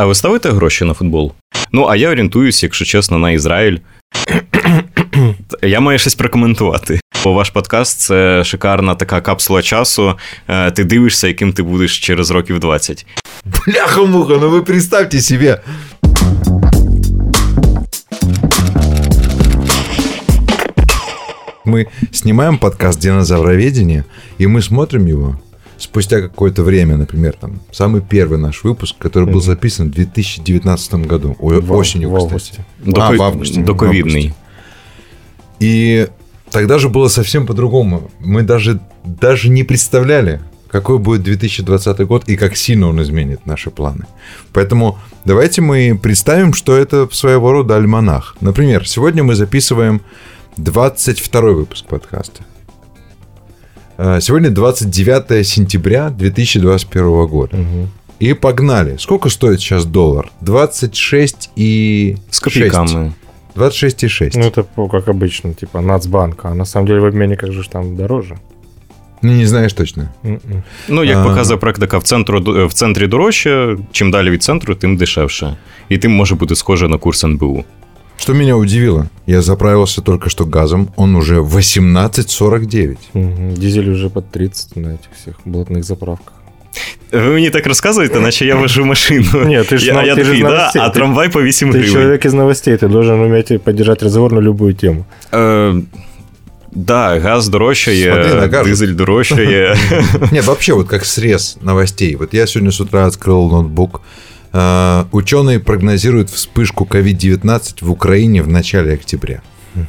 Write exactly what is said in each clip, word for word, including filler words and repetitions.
А ви ставите гроші на футбол? Ну, а я орієнтуюсь, якщо чесно, на Ізраїль. Я маю щось прокоментувати. Бо ваш подкаст – це шикарна така капсула часу. Ти дивишся, яким ти будеш через років двадцять. Бляха-муха, ну ви представте себе. Мы снимаем подкаст «Динозавроведение», и мы смотрим его спустя какое-то время, например, там, самый первый наш выпуск, который был записан в две тысячи девятнадцатом году, в, осенью, в кстати. До, а, в августе. Доковидный. И тогда же было совсем по-другому. Мы даже, даже не представляли, какой будет две тысячи двадцатый год и как сильно он изменит наши планы. Поэтому давайте мы представим, что это своего рода альманах. Например, сегодня мы записываем двадцать второй выпуск подкаста. Сегодня двадцать девятое сентября две тысячи двадцать первого года. Угу. И погнали. Сколько стоит сейчас доллар? двадцать шесть и с копейками. двадцать шесть и шесть. Ну, это как обычно, типа Нацбанк. А на самом деле в обменниках же там дороже. Ну, не знаєш точно. Mm-mm. Ну, як показує практика, в, центру, в центрі дорожче, чим далі від центру, тим дешевше. І тим може бути схоже на курс ен бе у. Что меня удивило, я заправился только что газом, он уже восемнадцать сорок девять. Угу. Дизель уже под тридцать на этих всех блатных заправках. Ви мені так розказуєте, наче я вожу машину. Нет, ты же я, я такий, да, а трамвай по вісім ты гривень. Ты человек из новостей, ты должен уметь поддержать разговор на любую тему. Э, да, газ дорожчає, дизель дорожчає. Нет, вообще вот как срез новостей. Вот я сегодня с утра открыл ноутбук. Uh, ученые прогнозируют вспышку ковид девятнадцать в Украине в начале октября.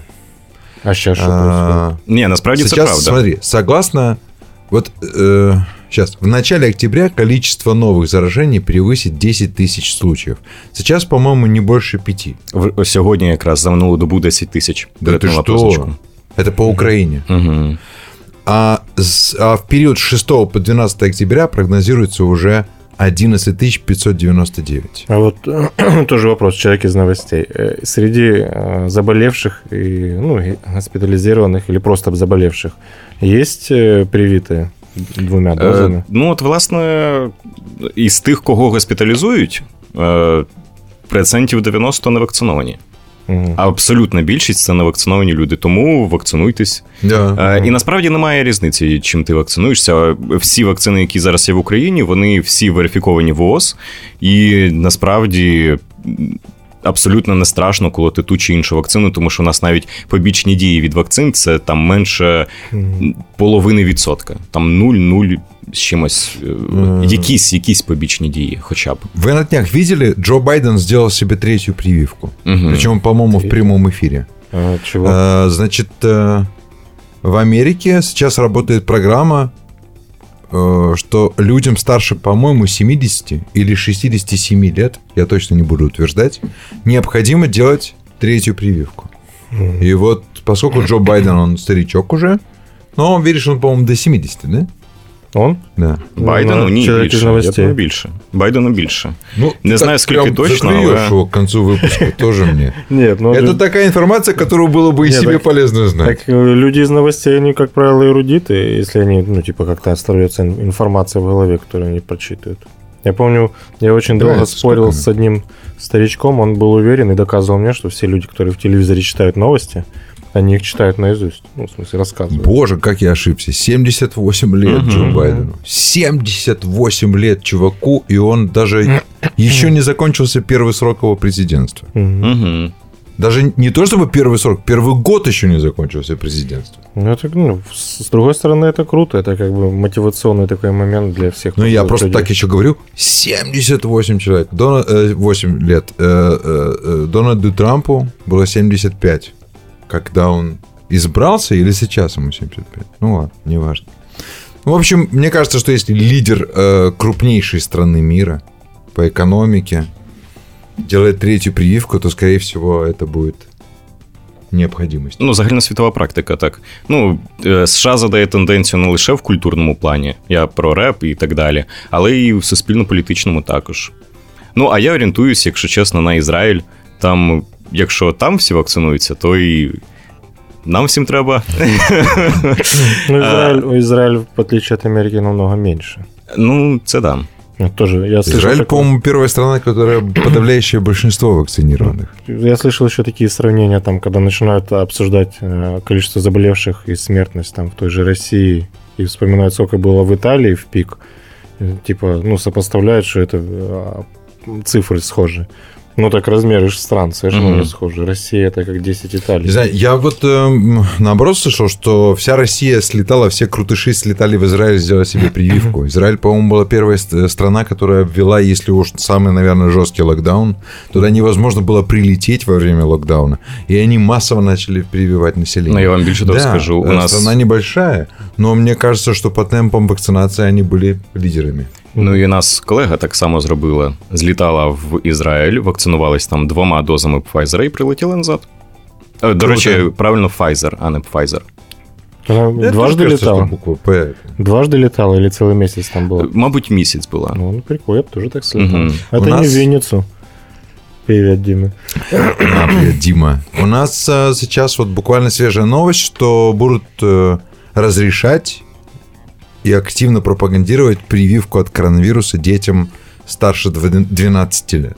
А сейчас что происходит? Не, насправді сейчас, це правда. Смотри, согласно... Вот э, сейчас, в начале октября количество новых заражений превысит десять тысяч случаев. Сейчас, по-моему, не больше пяти. В, сьогодні якраз за минулу добу десять тисяч. Да ты что? Позначку. Это по Украине. Угу. А, а в период с шестого по двенадцатое октября прогнозируется уже одиннадцать тысяч пятьсот девяносто девять. А вот тоже вопрос, человек из новостей. Среди заболевших и ну, госпитализированных или просто заболевших есть привитые двумя дозами? Е, ну, от, власне, із тих, кого госпіталізують, е, процентів дев'яносто не вакциновані. Mm. А абсолютна більшість – це невакциновані люди, тому вакцинуйтесь. Yeah. Mm. І насправді немає різниці, чим ти вакцинуєшся. Всі вакцини, які зараз є в Україні, вони всі верифіковані в ООС, і насправді абсолютно не страшно колоти ту чи іншу вакцину, тому що у нас навіть побічні дії від вакцин – це там менше mm. половини відсотка. Там нуль-нуль з чимось, mm. якісь, якісь побічні дії хоча б. Вы на днях видели, Джо Байден сделал себе третью прививку. Mm-hmm. Причем, по-моему, в прямом эфире. А, чего? А, значит, в Америке сейчас работает программа, что людям старше, по-моему, семидесяти или шестидесяти семи лет, я точно не буду утверждать, необходимо делать третью прививку. Mm-hmm. И вот, поскольку Джо Байден, он старичок уже, но он, видишь, он, по-моему, до семидесяти, да? Он? Да. Байдену ні, більше. Я думаю, більше. Байдену більше. Ну, не знаю, скільки точно, але... его к концу выпуска тоже мне. Нет, ну... Это такая информация, которую было бы и себе полезно знать. Так люди из новостей, они, как правило, эрудиты, если они, ну, типа, как-то остается информация в голове, которую они прочитывают. Я помню, я очень долго спорил с одним старичком, он был уверен и доказывал мне, что все люди, которые в телевизоре читают новости, они их читают наизусть. Ну, в смысле, рассказывают. Боже, как я ошибся. семьдесят восемь лет uh-huh. Джо Байдену. семьдесят восемь лет чуваку, и он даже еще не закончился первый срок его президентства. Uh-huh. Даже не то, чтобы первый срок, первый год еще не закончился президентства. Ну, это, ну, с другой стороны, это круто. Это как бы мотивационный такой момент для всех. Ну, я просто людей. Так еще говорю. семьдесят восемь человек. Дона, э, восемь лет. Э, э, Дональду Трампу было семьдесят пять. Когда он избрался, или сейчас ему семьдесят пять? Ну ладно, неважно. В общем, мне кажется, что если лидер э, крупнейшей страны мира по экономике делает третью прививку, то, скорее всего, это будет необхідність. Ну, загальносвітова практика, так. Ну, США задає тенденцію не лише в культурному плані, я про реп і так далі, але і в суспільно-політичному також. Ну, а я орієнтуюсь, якщо чесно, на Ізраїль. Там, якщо там всі вакцинуються, то і нам всім треба. Ну, Израиль, Израиль, в отличие от Америки, намного меньше. Ну, це да. Тоже, я Израиль, такое... по-моему, первая страна, которая подавляющее большинство вакцинированных. Я слышал еще такие сравнения, там, когда начинают обсуждать количество заболевших и смертность там, в той же России, и вспоминают, сколько было в Италии в пик, типа, ну, сопоставляют, что это цифры схожи. Ну, так размеры стран совершенно mm-hmm. не схожи. Россия – это как десять Италий. Не знаю, я вот э, наоборот слышал, что вся Россия слетала, все крутыши слетали в Израиль сделать себе прививку. Израиль, по-моему, была первая страна, которая ввела, если уж самый, наверное, жесткий локдаун. Туда невозможно было прилететь во время локдауна. И они массово начали прививать население. Ну, я вам больше того да, скажу. У нас... страна небольшая, но мне кажется, что по темпам вакцинации они были лидерами. Ну і нас колега так само зробила. Злітала в Ізраїль, вакцинувалась там двома дозами Pfizer і прилетіла назад. До Круто. Речі, правильно Pfizer, а не Pfizer. Она дважды летала? Дважды летала или целый месяц там было? Мабуть, місяць була. Ну, прикольно, я бы тоже так слетал. Угу. Это нас... не в Винницу. Привет, Дима. А, привет, Дима. У нас а, сейчас вот буквально свежая новость, что будут а, разрешать и активно пропагандировать прививку от коронавируса детям старше двенадцати лет.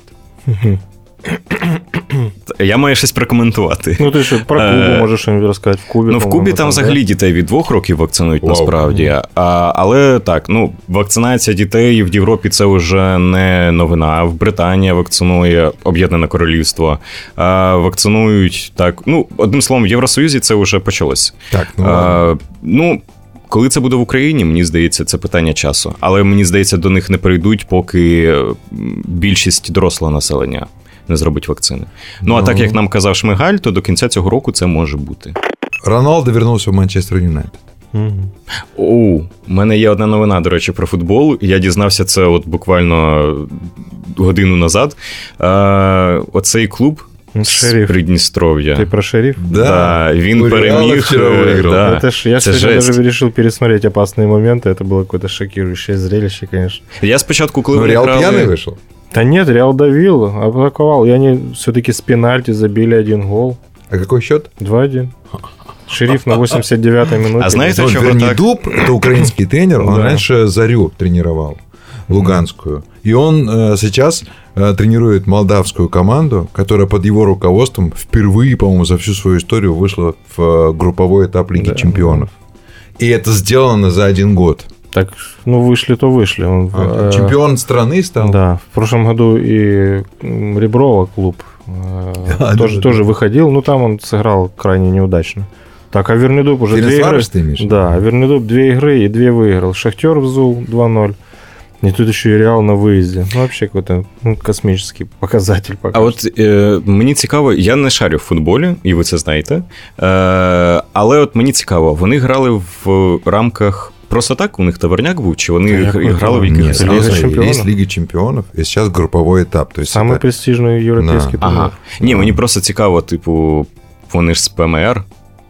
Я маю щось прокоментувати. Ну, ти що, про Кубу можеш щось розказати. В Кубі, ну, в Кубі там взагалі да? дітей від двох років вакцинують, Вау. насправді. А, але так, ну, вакцинація дітей в Європі – це вже не новина. В Британії вакцинує Об'єднане Королівство. А, вакцинують, так, ну, одним словом, в Євросоюзі це вже почалось. Так, ну, а, ну, коли це буде в Україні, мені здається, це питання часу. Але мені здається, до них не прийдуть, поки більшість дорослого населення не зробить вакцини. Ну, а так, як нам казав Шмигаль, то до кінця цього року це може бути. Роналдо вернувся в Манчестер Юнайтед. Угу. О, у мене є одна новина, до речі, про футбол. Я дізнався це от буквально годину назад. Е, оцей клуб Шериф. з Придністров'я. Ти про Шериф? Да, да, він Ой, переміг. Да. Это ж, я це сегодня жесть. Даже решил пересмотреть «Опасные моменты». Это было какое-то шокирующее зрелище, конечно. Я спочатку, коли ну, Реал грали... пьяный вышел? Да нет, Реал давил, атаковал. И они все-таки с пенальти забили один гол. А какой счет? два-один. Шериф на восемьдесят девятой минуте. А знаете, ну, чего Вернидуб, так? Это украинский тренер, он раньше Зарю тренировал, луганскую. И он э, сейчас э, тренирует молдавскую команду, которая под его руководством впервые, по-моему, за всю свою историю вышла в э, групповой этап Лиги да. чемпионов. И это сделано за один год. Так, ну, вышли, то вышли. Он, а, э, чемпион страны стал? Да. В прошлом году и Реброво клуб э, а, тоже, да, тоже да. выходил, но там он сыграл крайне неудачно. Так, а Вернидуб уже две игры... ты имеешь? Да, а Вернидуб две игры и две выиграл. Шахтер взул два-ноль. И тут еще и Реал на виїзді. Ну, взагалі, якийсь ну, космічний показатель. Поки а от е, мені цікаво, я не шарю в футболі, і ви це знаєте, е, але от мені цікаво, вони грали в рамках просто так, у них товарняк був, чи вони да, грали в якихось... Нет, Лига чемпионов. Есть Лига чемпионов, и сейчас групповой этап. То есть самый это... престижный европейский да. Ага. Ні, мені просто цікаво, типу, вони ж з ПМР,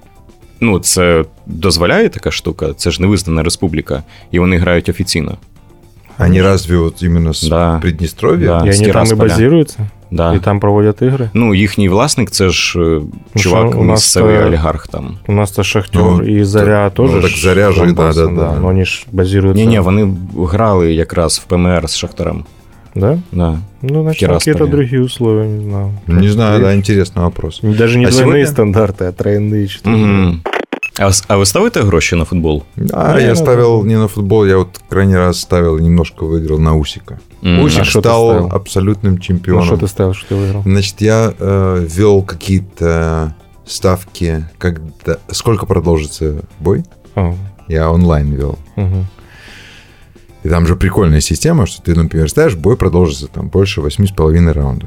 ну, це дозволяє така штука, це ж невизнана республіка, і вони грають офіційно. Они разве вот именно с да. Приднестровья? Да. И они там и базируются? Да. И там проводят игры? Ну, їхній власник, це ж ну, чувак, місцевий олігарх там. У нас-то Шахтер ну, и Заря так, тоже. Ну, так Заря же, да, да, да. Но они ж базируются... Не-не, вони грали якраз в ПМР з Шахтером. Да? Да. Ну, значит, какие-то другие условия, не знаю. Не знаю, да, интересный вопрос. Даже не а двойные сегодня... стандарты, а тройные. Угу. А, а ви ставите гроші на футбол? Да, я ставил не на футбол, я вот крайний раз ставил, немножко выиграл на Усика. Mm. Усик а стал абсолютным чемпионом. Ну, что ты ставил, что ты выиграл? Значит, я э, ввел какие-то ставки, когда... сколько продолжится бой. Oh. Я онлайн ввел. Uh-huh. И там же прикольная система, что ты, например, ставишь, бой продолжится там больше восьми с половиной раундов.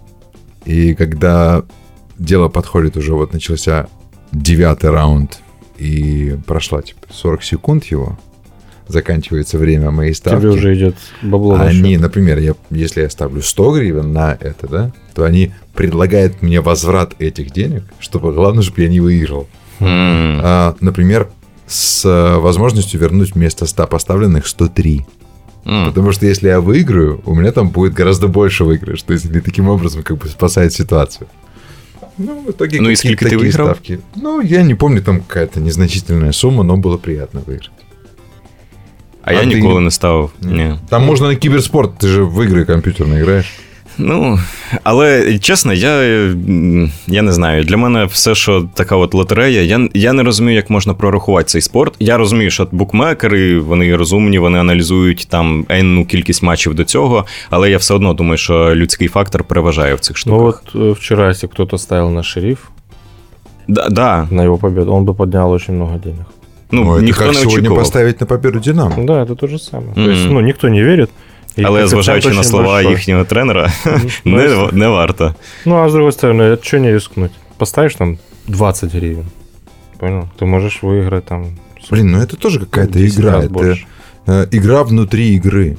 И когда дело подходит уже, вот начался девятый раунд, и прошла типа сорок секунд его, заканчивается время моей ставки. Тебе уже идет бабло. Они, например, я, если я ставлю сто гривен на это, да, то они предлагают мне возврат этих денег, чтобы главное, чтобы я не выиграл. Mm. А, например, с возможностью вернуть вместо ста поставленных сто три. Mm. Потому что если я выиграю, у меня там будет гораздо больше выигрыш. То есть они таким образом как бы спасают ситуацию. Ну, в итоге ну, и сколько ты выиграл? Ставки. Ну, я не помню, там какая-то незначительная сумма, но было приятно выиграть. А, а я ніколи ти... не ставив. Ні. Там можна на кіберспорт, ти ж в ігри комп'ютерні граєш. Ну, але, чесно, я, я не знаю. Для мене все, що така от лотерея, я, я не розумію, як можна прорахувати цей спорт. Я розумію, що букмекери, вони розумні, вони аналізують там енну кількість матчів до цього, але я все одно думаю, що людський фактор переважає в цих штуках. Ну от вчора, якщо хтось ставив на Шериф, да, да. на його победу, он бы поднял очень много денег. Ну, ну никто это как не сегодня очікував. Поставить на победу Динамо. Да, это то же самое. Mm-hmm. То есть, ну, никто не верит. Але, зважаючи на слова большой. Їхнього тренера, не, не варто. Ну, а с другой стороны, что не рискнуть? Поставишь там двадцать гривен, понял? Ты можешь выиграть там... Блин, ну это тоже какая-то игра. Это э, игра внутри игры.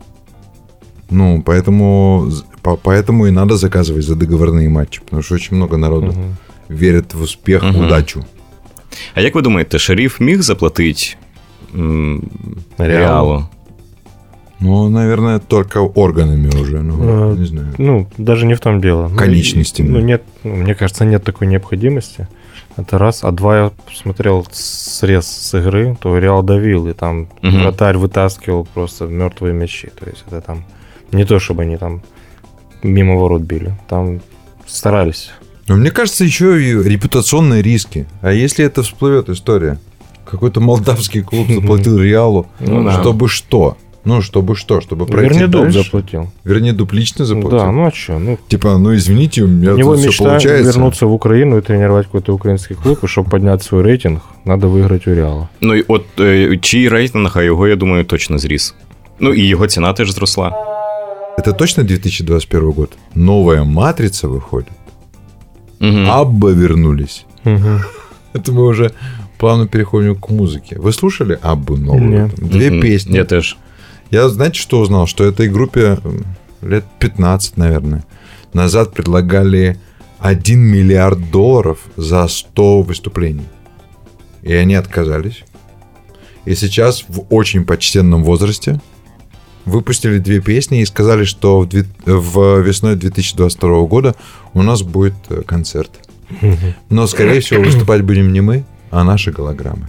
Ну, поэтому, по, поэтому и надо заказывать за договорные матчи, потому что очень много народу угу. верит в успех, угу. удачу. А як ви думаєте, Шериф міг заплатити м- Реалу? Ну, наверное, только органами уже, ну, а, не знаю. Ну, даже не в том дело. Конечностями. Ну, нет, ну, мне кажется, нет такой необходимости. Это раз. А два, я смотрел срез с игры, то Реал давил, и там угу. вратарь вытаскивал просто мертвые мячи. То есть это там не то, чтобы они там мимо ворот били. Там старались. Но мне кажется, еще и репутационные риски. А если это всплывет история? Какой-то молдавский клуб заплатил Реалу, ну, чтобы да. что? Ну, чтобы что? Чтобы пройти Вернедуб дальше? заплатил. Вернедуб лично заплатил? Да, ну а что? Ну, типа, ну извините, у меня тут все получается. Вернуться в Украину и тренировать какой-то украинский клуб, и чтобы поднять свой рейтинг, надо выиграть у Реала. Ну, і от е, чий рейтинг, а його, я думаю, точно зріс. Ну, і його ціна теж зросла. Это точно две тысячи двадцать первый год? Новая «Матрица» выходит? Угу. Абба вернулись. Угу. Это мы уже плавно переходим к музыке. Вы слушали Аббу новую? Нет. Две mm-hmm. песни. Я тоже. Я, знаете, что узнал? Что этой группе лет пятнадцать, наверное, назад предлагали один миллиард долларов за сто выступлений. И они отказались. И сейчас в очень почтенном возрасте выпустили две песни и сказали, что в, дви... в весной две тысячи двадцать второго года у нас будет концерт. Но, скорее всего, выступать будем не мы, а наши голограммы.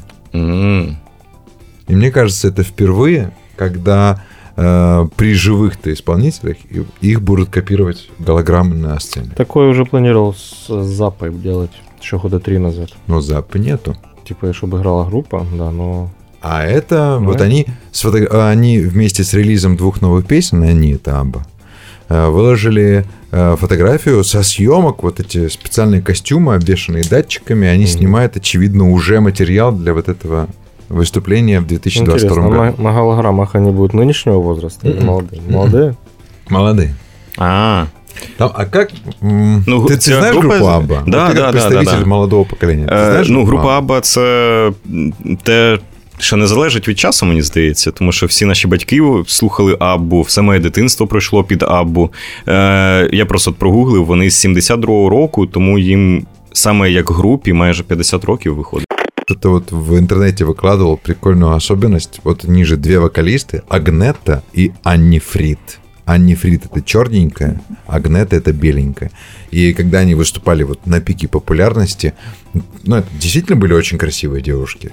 И мне кажется, это впервые, когда э, при живых-то исполнителях их будут копировать голограммы на сцене. Такое уже планировал с Заппой делать еще года три назад. Но Заппы нету. Типа, чтобы играла группа, да, но... А это, ну, вот они, сфото... они вместе с релизом двух новых песен, они, это Абба, выложили фотографию со съемок, вот эти специальные костюмы, обвешанные датчиками, они mm-hmm. снимают, очевидно, уже материал для вот этого выступления в две тысячи двадцать втором году. Интересно, на голограммах они будут нынешнего возраста или молодые? Молодые? Молодые. А, Там, а как... Ну, ты, ты знаешь группа... группу Абба? Да, вот да, ты представитель да, да. молодого поколения. Ти е, знаєш ну, група Абба – це те, що не залежить від часу, мені здається, тому що всі наші батьки слухали Аббу, все моє дитинство пройшло під Аббу. Е, я просто прогуглив, вони з сімдесят другого року, тому їм саме як групі майже п'ятдесят років виходить. Кто-то вот в интернете выкладывал прикольную особенность. Вот ниже две вокалисты, Агнета и Анни Фрид. Анни Фрид — это черненькая, Агнета — это беленькая. И когда они выступали вот на пике популярности, ну, это действительно были очень красивые девушки.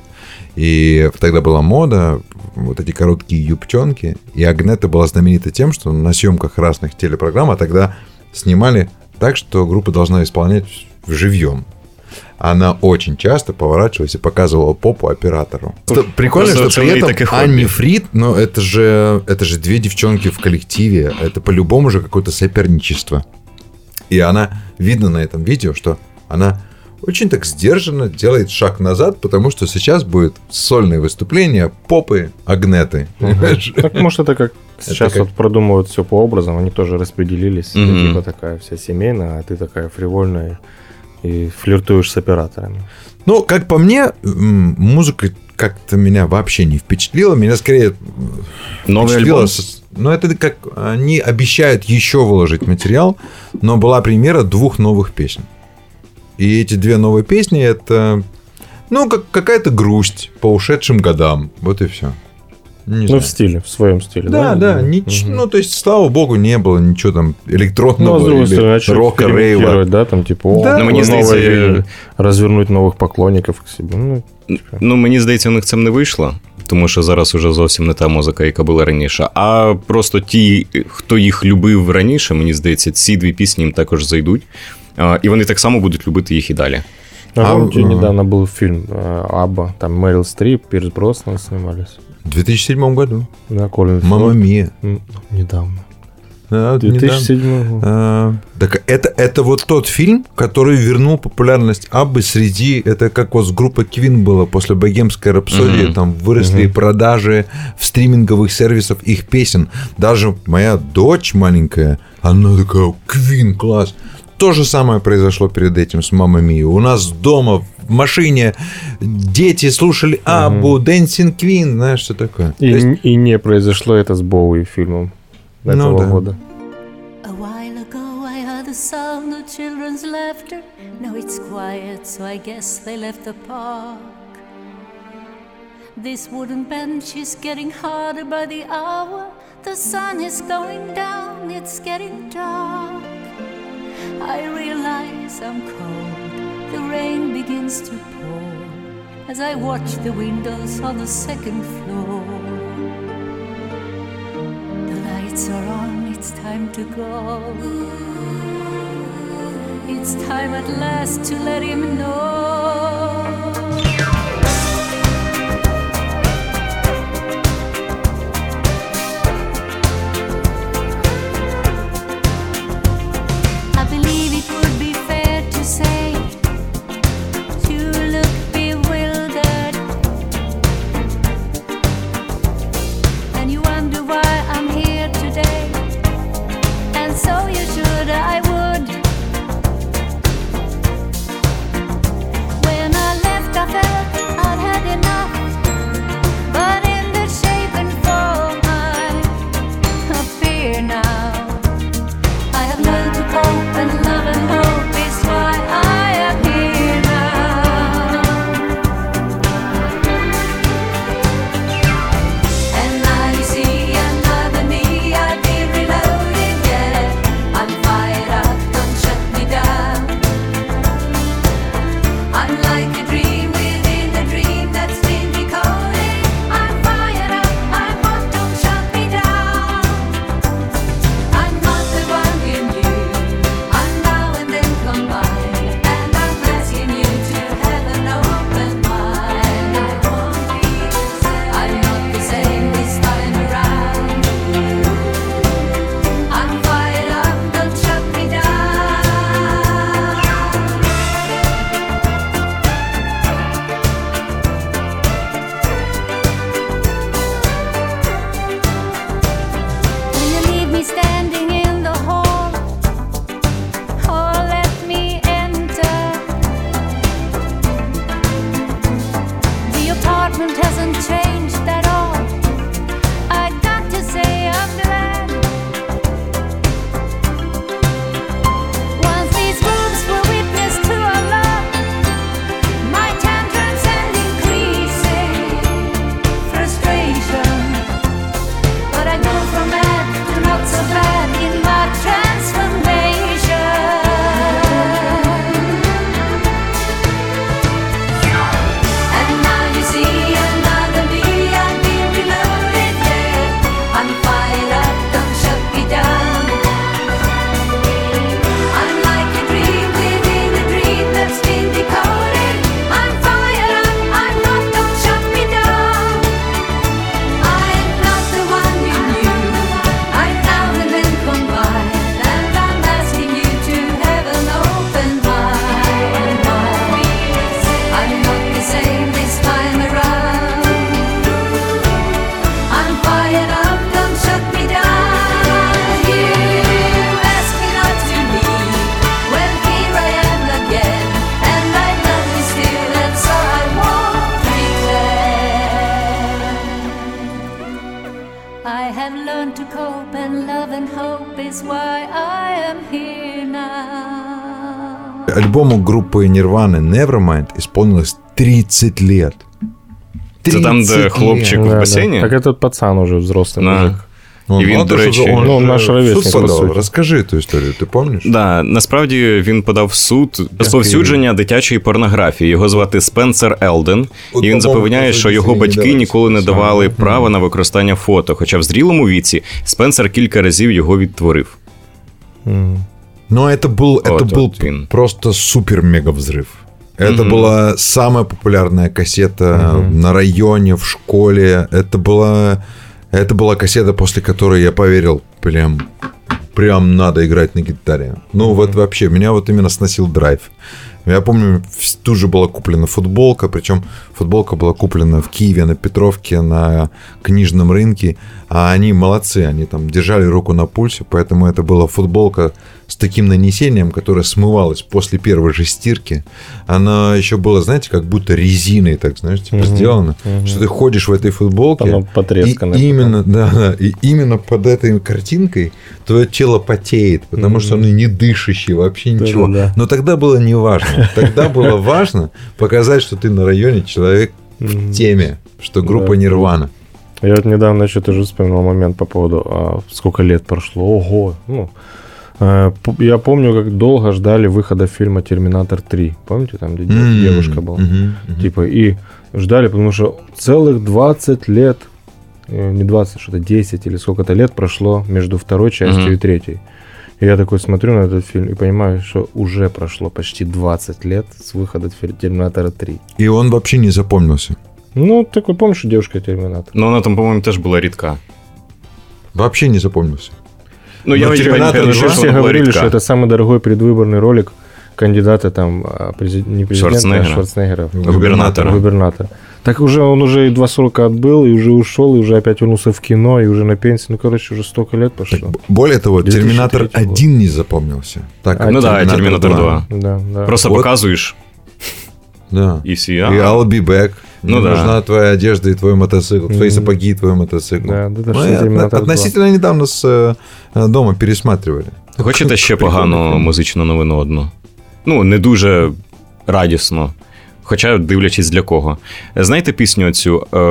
И тогда была мода, вот эти короткие юбчонки. И Агнета была знаменита тем, что на съемках разных телепрограмм, а тогда снимали так, что группа должна исполнять живьем. Она очень часто поворачивалась и показывала попу оператору. Что, прикольно, просто что при этом Анни Фрид, но это же, это же две девчонки в коллективе, это по-любому же какое-то соперничество. И она, видно на этом видео, что она очень так сдержанно делает шаг назад, потому что сейчас будет сольное выступление попы Агнеты. Угу. Так, может, это как сейчас это как... вот продумывают все по образам, они тоже распределились. Угу. Ты типа такая вся семейная, а ты такая фривольная. И флиртуешь с операторами. Ну, как по мне, музыка как-то меня вообще не впечатлила. Меня скорее новый альбом. Ну, это как они обещают еще выложить материал, но была премьера двух новых песен. И эти две новые песни — это, ну, как какая-то грусть по ушедшим годам. Вот и все. Не ну, знаю. в стиле, в своем стиле. Да, да, да. нич- Угу. ну, то есть, слава богу, не было ничего там электронного Ну, а с другой стороны, или рока, рейва. Да, там, типа, о, Да, ну, мені новое здається, веяние, розвернуть нових поклонників к собі. Ну, типа. Ну, мені здається, у них це не вийшло, тому що зараз уже зовсім не та музика, яка була раніше. А просто ті, хто їх любив раніше, мені здається, ці дві пісні їм також зайдуть. І вони так само будуть любити їх і далі. А, А, помните, а... недавно был фильм «Абба», там Мэрил Стрип, Пирс Броснан снимались. В две тысячи седьмом году. Да, Колин Мамма Форд. Мия. М, Недавно. А, две тысячи седьмой год. А, так это, это вот тот фильм, который вернул популярность Аббы среди... Это как вот с группой Квин было после «Богемской рапсодии». Mm-hmm. Там выросли Mm-hmm. продажи в стриминговых сервисах их песен. Даже моя дочь маленькая, она такая: «Квин, класс». То же самое произошло перед этим с «Мамма Миа». У нас дома в машине дети слушали Аббу, «Dancing Queen», знаешь, что такое. И, есть... и не произошло это с Боуи фильмом Ну, этого да. года. A while ago I heard the sound of children's laughter. Now it's quiet, so I guess they left the park. This wooden bench is getting harder by the hour. The sun is going down, it's getting dark. I realize I'm cold, the rain begins to pour as I watch the windows on the second floor. The lights are on, it's time to go. It's time at last to let him know. I believe it would be fair to say you look bewildered, and you wonder why I'm here today. And so you should, I would. When I left, I felt I'd had enough, but in the shape and form I appear now. I have learned to cope, and love and hope is why I am here now. And now you see another me, I've been reloaded, yeah. I'm fired up, don't shut me down. I'm like a dream within a dream that's been decoded. I'm fired up, I'm hot, don't shut me down. I'm not the one you knew, I'm now and then combined, and I'm asking you to have an open mind. I won't be the same. I'm not the same this time around. I'm fired up, don't shut me down. When you leave me standing in the hall, oh, let me enter. The apartment hasn't changed at all. I got to say I'm glad. Once these rooms were witness to our love, my tantrums and increasing frustration. But I go from bad to not so bad in my transformation. And now you see another me, I've been reloaded, yeah. I'm fired up, don't shut me down. I'm like a dream within a dream that's been decoded. I'm fired up, I'm hot, don't shut me down. I'm not the one you knew, I'm now and then combined, and I'm asking you to have an open mind. I'm not the same this time around. I'm fired up, don't shut me down. You ask me not to leave, well here I am again, and I love you still, and so I won't pretend. I have learned to cope, and love and hope is why I am here now. Альбому группы Nirvana Nevermind исполнилось тридцать лет. Це там, де тридцать хлопчик лет. в Да, бассейне? да. Так этот пацан уже взрослый Да. мужик. Он І він, мало до того, речі, что он ну, же наш в суд ровесник, по подал. суті. Расскажи эту историю, ты помнишь? Да, насправді він подав в суд розповсюдження дитячої порнографії. Його звати Спенсер Елден, От, і він по-моєму, запевняє, це що його не батьки давали ніколи не саме. давали права на використання фото, хоча в зрілому віці Спенсер кілька разів його відтворив. Мгм. Но это был, это Вот, был вот він. просто супер-мега взрыв. Это Мгм. была самая популярная кассета Мгм. на районе, в школе. Это была, это была кассета, после которой я поверил, прям, прям надо играть на гитаре. Ну вот вообще, меня вот именно сносил драйв. Я помню, в- тут же была куплена футболка, причем футболка была куплена в Киеве, на Петровке, на книжном рынке. А они молодцы, они там держали руку на пульсе, поэтому это была футболка с таким нанесением, которое смывалось после первой же стирки. Она еще была, знаете, как будто резиной, так, знаешь, типа Мгм. сделана, Мгм. что ты ходишь в этой футболке, Оно потресканное. и именно, да, да, и именно под этой картинкой твое тело потеет, потому Мгм. что оно не дышащее, вообще ничего. Да-да-да. Но тогда было не важно. Тогда было важно показать, что ты на районе человек в Мгм. теме, что группа Да. Нирвана. Я вот недавно что-то уже вспомнил момент по поводу, а, сколько лет прошло. Ого! Ну, э, п- я помню, как долго ждали выхода фильма «Терминатор три». Помните, там, где М, девушка была? мгм, мгм. Типа, и ждали, потому что целых двадцать лет, э, не двадцать, что-то десять или сколько-то лет прошло между второй частью Мгм. и третьей. И я такой смотрю на этот фильм и понимаю, что уже прошло почти двадцать лет с выхода фи- «Терминатора три». И он вообще не запомнился. Ну, такой, помнишь, что девушка-терминатор? Ну, вона там, по-моєму, теж була рідка. Вообще не запомнился. Ну, я Ну, не «Термінатор пам'ятаю, два» що Все вона була говорили, рідка. что это самый дорогой предвыборный ролик кандидата там, а, презид- не президента, Шварценеггера. а Шварценеггера. Губернатора. Губернатора. Так уже он уже и два срока отбыл, и уже ушел, и уже опять вернулся в кино, и уже на пенсии. Ну, короче, уже столько лет Так, пошло. б- более того, две тысячи Терминатор третий год. один не запомнился. Так, как Ну да, Терминатор два. Да, да. Просто Вот. показуєш, Да. і всі. И а, I'll be back. Ну Мне да. нужна твоя одежда и твой мотоцикл, твои Мгм. сапоги и твой мотоцикл. Да, да, да, Мы что отно- Терминатор два. относительно недавно с э, дома пересматривали. Хочете ще Прикольний погану фільм. музичну новину одну? Ну, не дуже радісно. Хоча дивлячись для кого. Знаєте пісню цю е,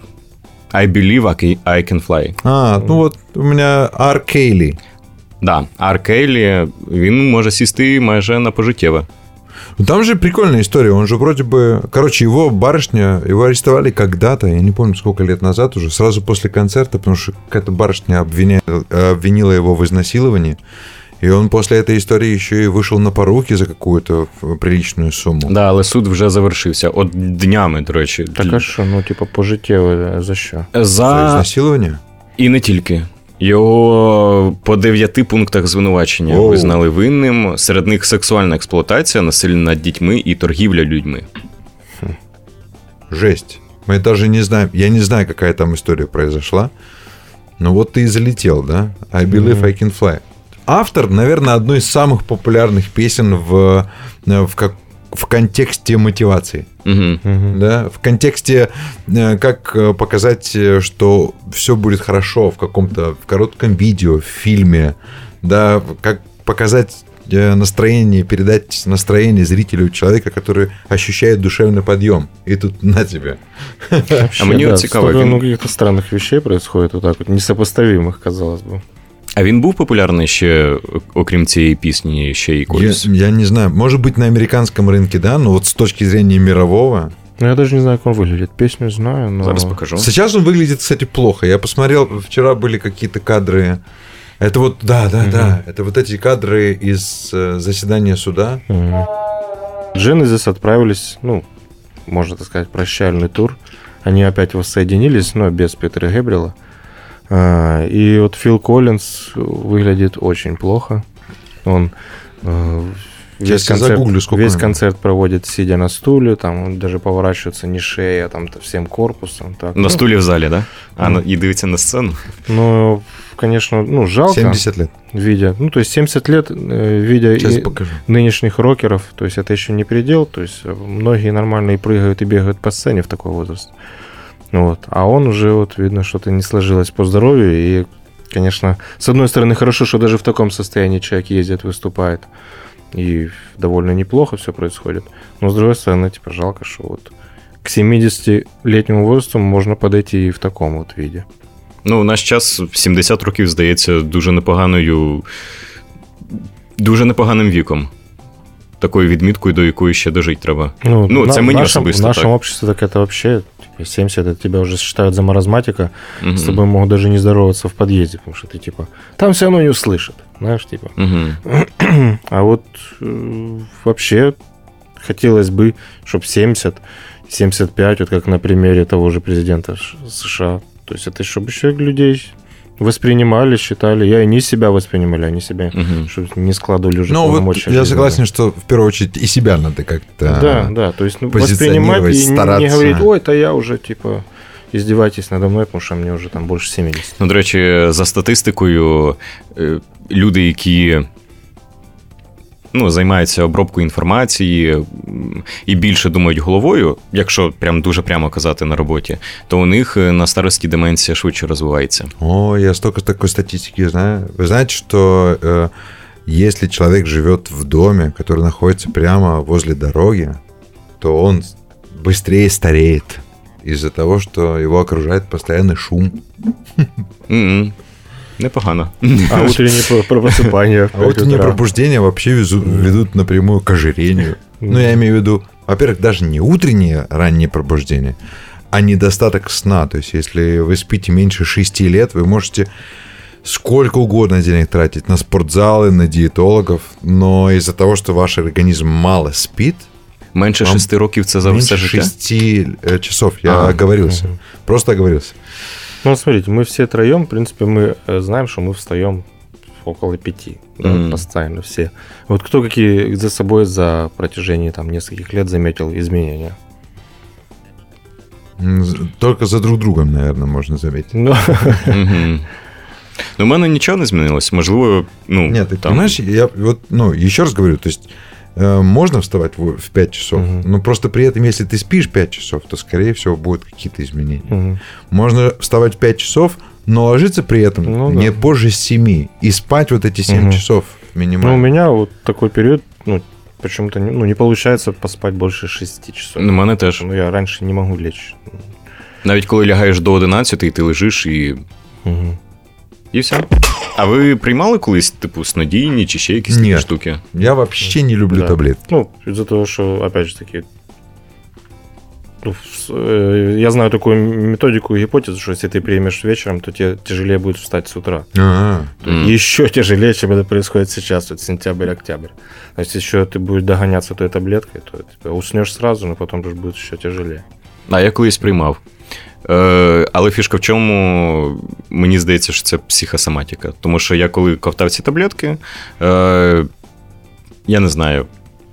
I Believe I Can- I Can Fly? А, ну вот у меня Ар Кейли. Да, Ар Кейлі, він може сісти майже на пожиттєве. Ну, там же прикольная история. Он же вроде бы... Короче, его барышня, его арестовали когда-то, я не помню, сколько лет назад уже, сразу после концерта, потому что какая-то барышня обвиня... обвинила его в изнасиловании. И он после этой истории еще и вышел на поруки за какую-то приличную сумму. Да, але суд вже завершився. От днями, до речі. Так а что, ну, типа, пожиттєво, за що? За За... изнасилование? І не тільки. Його по дев'яти пунктах звинувачення Оу. визнали винним. Серед них сексуальна експлуатація, насилля над дітьми і торгівля людьми. Жесть. Мы даже не знаем, я не знаю, какая там история произошла. Но вот ты и залетел, да? I Believe I Can Fly. Автор, наверное, одной из самых популярных песен в, в, как, в контексте мотивации. Угу. Мгм. Да? В контексте, э, как э, показать, э, что все будет хорошо в каком-то в коротком видео, в фильме. Да? Как показать э, настроение, передать настроение зрителю человека, который ощущает душевный подъем. И тут на тебе. Вообще, А мені да, цікаво, столько, він- ну, каких-то странных вещей происходит вот так вот, несопоставимых, казалось бы. А він був популярний ще, окрім цієї пісні, ще й Я, колись? я не знаю, может быть, на американском рынке, да, но вот с точки зрения мирового. Ну, я даже не знаю, как он выглядит. Песню знаю, но... Зараз покажу. Сейчас он выглядит, кстати, плохо. Я посмотрел, вчера были какие-то кадры. Это вот, да, да, Мгм. да. Это вот эти кадры из э, заседания суда. Мгм. Genesis отправились, ну, можно так сказать, прощальный тур. Они опять воссоединились, но без Петра Гэбриэла. А, И вот Фил Коллинз выглядит очень плохо. Он э, весь Сейчас я концерт, загуглю, сколько весь ему. концерт проводит сидя на стуле, там он даже поворачивается не шеей, а там всем корпусом. Так. На Ну, стулі в залі, да? А Ну. на- і дивиться на сцену. Ну, конечно, ну, жалко, семьдесят лет. видя, ну, то есть семьдесят лет, э, видя Сейчас и покажу. нынешних рокеров, то есть это еще не предел, то есть многие нормально и прыгают, и бегают по сцене в такой возраст. Вот. А он уже, вот, видно, что-то не сложилось по здоровью, и, конечно, с одной стороны, хорошо, что даже в таком состоянии человек ездит, выступает, и довольно неплохо все происходит, но с другой стороны, типа, жалко, что вот к семидесятилетнему возрасту можно подойти і в такому от віді. Ну, в наш час сімдесят років, здається, дуже непоганою, дуже непоганим віком. Такою відміткою, до якої ще дожити треба. Ну, ну це на, мені в нашем, особисто в нашем так. обществе так это вообще, типа, семьдесят, это тебя уже считают за маразматика, Угу. с тобой могут даже не здороваться в подъезде, потому что ты, типа, там все равно не услышат, знаешь, типа. Угу. А вот э, вообще хотелось бы, чтобы семьдесят, семьдесят пять, вот как на примере того же президента Ш- США, то есть это чтобы еще людей воспринимали, считали, и они себя воспринимали, они себя, Угу. чтобы не складывали уже Ну, вот полномочия. я жизни. согласен, что в первую очередь и себя надо как-то... Да, да, то есть ну, позиционировать, воспринимать и не- не стараться. говорить, ой, это я уже, типа, издевайтесь надо мной, потому что мне уже там больше семидесяти. Ну, до речі, за статистикою, е, люди, які ну, займаються обробкою інформації м, і більше думають головою, якщо прям дуже прямо казати на роботі, то у них е, на старості деменція швидше розвивається. О, я столько такой статистики знаю. Вы знаете, что э, если человек живет в доме, который находится прямо возле дороги, то он быстрее стареет из-за того, что его окружает постоянный шум. М-м. Непогано. А утреннее про- про просыпание. в А пять утренние утра. пробуждения вообще везу- ведут напрямую к ожирению. Ну, я имею в виду, во-первых, даже не утренние ранние пробуждения, а недостаток сна. То есть, если вы спите меньше шести лет, вы можете сколько угодно денег тратить на спортзалы, на диетологов, но из-за того, что ваш организм мало спит, Менше Вам шести років це за все меньше життя? шести э, часов. Я А, оговорился. Просто оговорился. Ну, смотрите, мы все троем, в принципе, мы э, знаем, что мы встаем около пяти. Да, Мгм. постоянно все. Вот кто какие за собой за протяжении там нескольких лет заметил изменения? М, з- Только за друг другом, наверное, можно заметить. Ну, Мгм. Ну, в мене нічого не змінилось. Можливо, ну, Нет, ты там... понимаешь, я вот, ну, еще раз говорю, то есть э, можно вставать в, в пять часов, Мгм. но просто при этом, если ты спишь пять часов, то, скорее всего, будут какие-то изменения. мгм. Можно вставать в пять часов, но ложиться при этом Ну, не да. позже семи и спать вот эти семь Мгм. часов минимально. Ну, у меня вот такой период, ну, почему-то не, ну, не получается поспать больше шести часов. У мене теж. Ну, я раньше не могу лечь. Навіть коли лягаєш до одинадцяти, ти лежиш і... Мгм. і все. А ви приймали колись, типу, снодійні чи ще якісь такі Ні. штуки? Я вообще не люблю Да. таблетки. Ну, из-за того, что, опять же таки, ну, с- э, я знаю такую методику и гипотезу, что если ты примешь вечером, то тебе тяжелее будет встать с утра. А, М. Еще тяжелее, чем это происходит сейчас, вот сентябрь-октябрь. То есть еще ты будешь догоняться той таблеткой, то ты уснешь сразу, но потом же будет еще тяжелее. А я колись приймав. Е, але фішка в чому, мені здається, що це психосоматика. Тому що я коли ковтав ці таблетки, е, я не знаю,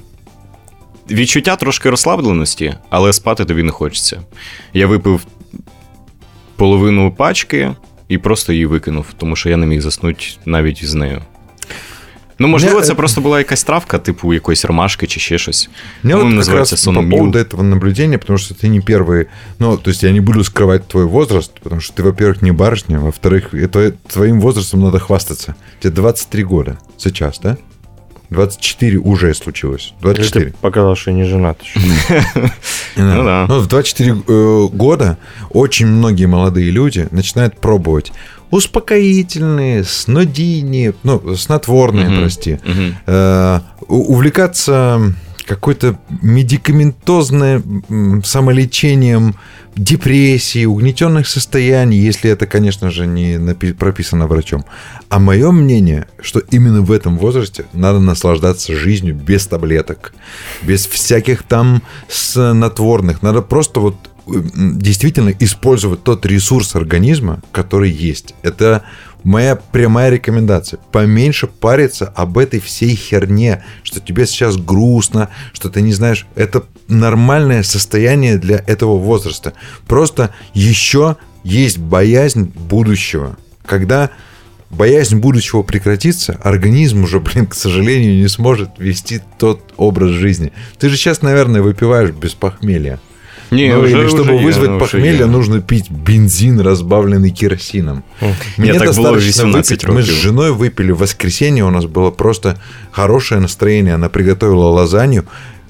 відчуття трошки розслабленості, але спати тобі не хочеться. Я випив половину пачки і просто її викинув, тому що я не міг заснути навіть з нею. Ну, можливо, Мне це это- просто була якась травка, типу якоїсь ромашки чи ще щось. Мне По-моему, вот как называется раз по Sonamil. поводу этого наблюдения, потому что ты не первый, ну, то есть я не буду скрывать твой возраст, потому что ты, во-первых, не барышня, во-вторых, это, твоим возрастом надо хвастаться. Тебе двадцать три года сейчас, да? двадцать четыре уже случилось. двадцать Или четыре. ты показал, что не женат еще. Ну да. Ну, в двадцать четыре э, года очень многие молодые люди начинают пробовать успокоительные, снодийные, ну, снотворные, Мгм. прости, Мгм. э, у- увлекаться какой-то медикаментозным м, самолечением депрессии, угнетенных состояний, если это, конечно же, не напи- прописано врачом. А мое мнение, что именно в этом возрасте надо наслаждаться жизнью без таблеток, без всяких там снотворных. Надо просто вот м, действительно использовать тот ресурс организма, который есть. Это моя прямая рекомендация. Поменьше париться об этой всей херне, что тебе сейчас грустно, что ты не знаешь. Это нормальное состояние для этого возраста. Просто еще есть боязнь будущего. Когда боязнь будущего прекратится, организм уже, блин, к сожалению, не сможет вести тот образ жизни. Ты же сейчас, наверное, выпиваешь без похмелья. Ні, Ну, вже- или вже чтобы є, вызвать ну, вже похмелье, є. нужно пить бензин, разбавленный керосином. Ні, так було достаточно вісімнадцять выпить. Мы с років. женой выпили в воскресенье, у нас было просто хорошее настроение. Она приготовила лазанью.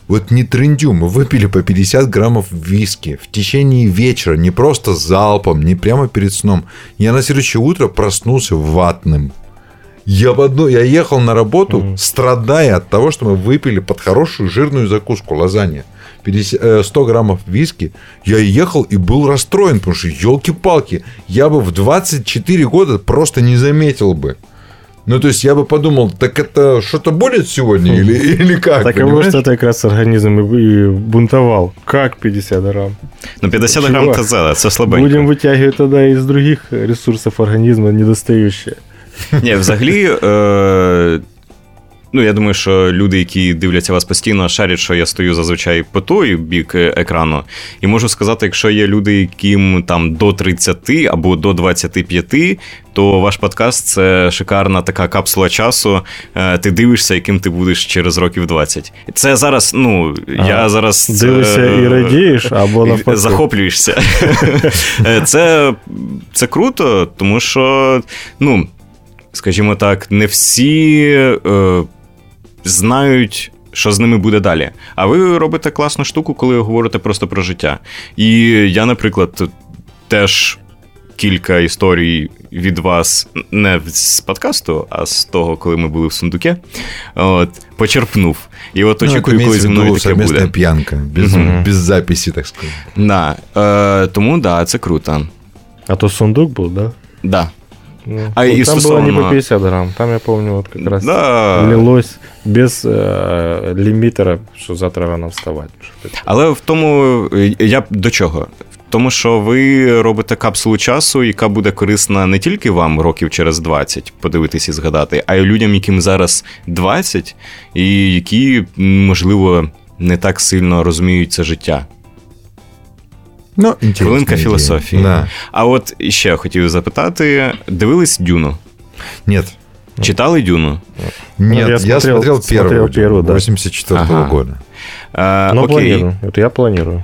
Вот не трындю, мы выпили по пятьдесят граммов виски в течение вечера, не просто залпом, не прямо перед сном. Я на следующее утро проснулся ватным. Я, в одну, я ехал на работу, mm. страдая от того, что мы выпили под хорошую жирную закуску лазанья. пятьдесят, сто граммов виски. Я ехал и был расстроен, потому что, елки-палки, я бы в двадцать четыре года просто не заметил бы. Ну, то есть, я бы подумал, так это что-то будет сегодня или, или как? Так, а может, это как раз организм и бунтовал. Как пятьдесят грамм? Ну, пятьдесят грамм це, це слабенько. Будем вытягивать тогда из других ресурсов организма недостающие. Ні, взагалі, е, ну, я думаю, що люди, які дивляться вас постійно, шарять, що я стою зазвичай по той бік екрану. І можу сказати, якщо є люди, яким там до тридцяти або до двадцяти п'яти, то ваш подкаст – це шикарна така капсула часу. Е, ти дивишся, яким ти будеш через років двадцять. Це зараз, ну, а, я зараз... Дивишся е, і радієш, або навпаки. Захоплюєшся. це, це круто, тому що, ну, скажімо так, не всі е, знають, що з ними буде далі. А ви робите класну штуку, коли говорите просто про життя. І я, наприклад, теж кілька історій від вас, не з подкасту, а з того, коли ми були в сундуке, от, почерпнув. І от очікую, ну, коли зі мною таке буде. Совместна п'янка, без, mm-hmm. без записі, так сказати. Да. Е, тому, да, це круто. А то сундук був, да? Да. Ну, а вот и там стосовно... было не по пятьдесят грамм, там я помню, вот как раз да. лилось без э, лімітера, що завтра рано вставати. Але в тому, я до чого? Тому що ви робите капсулу часу, яка буде корисна не тільки вам років через двадцять подивитись і згадати, а й людям, яким зараз двадцять, і які, можливо, не так сильно розуміють це життя. Ну, хвилинка філософії. Да. А от ще хотів запитати, дивились «Дюну»? Нет. Читали «Дюну»? Нет, я, я смотрел, смотрел первую, первую, да. восемьдесят четвёртого ага. года. А, ну, окей. планирую. Вот я планирую.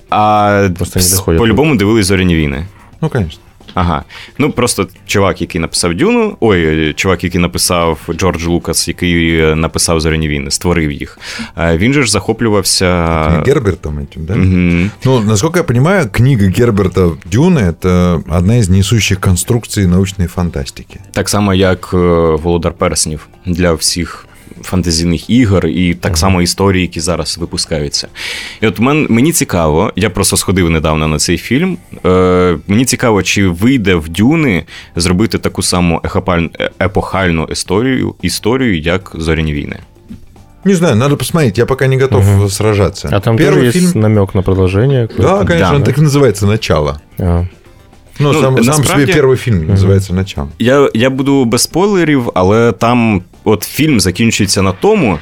А по-любому дивились «Зоряні війни»? Ну, конечно. Ага. Ну, просто чувак, який написав «Дюну», ой, чувак, який написав Джордж Лукас, який написав «Зоряні війни», створив їх, він же ж захоплювався... Гербертом этим, да? Угу. Ну, насколько я понимаю, книга Герберта «Дюна» — это одна из несущих конструкций научной фантастики. Так само, як «Володар перснів» для всіх фантазійних ігор і так само історії, які зараз випускаються. І от мен, мені цікаво, я просто сходив недавно на цей фільм, е, мені цікаво, чи вийде в «Дюни» зробити таку саму епохальну історію, історію, як «Зоряні війни». Не знаю, надо посмотреть, я пока не готов угу. сражаться. А там Первый тоже фильм... есть намек на продолжение? Да, конечно, да, он да. так и называется «Начало». А. Ну, ну, сам, насправді... сам собі перший фільм угу. називається «Начало». Я, я буду без спойлерів, але там от фільм закінчується на тому,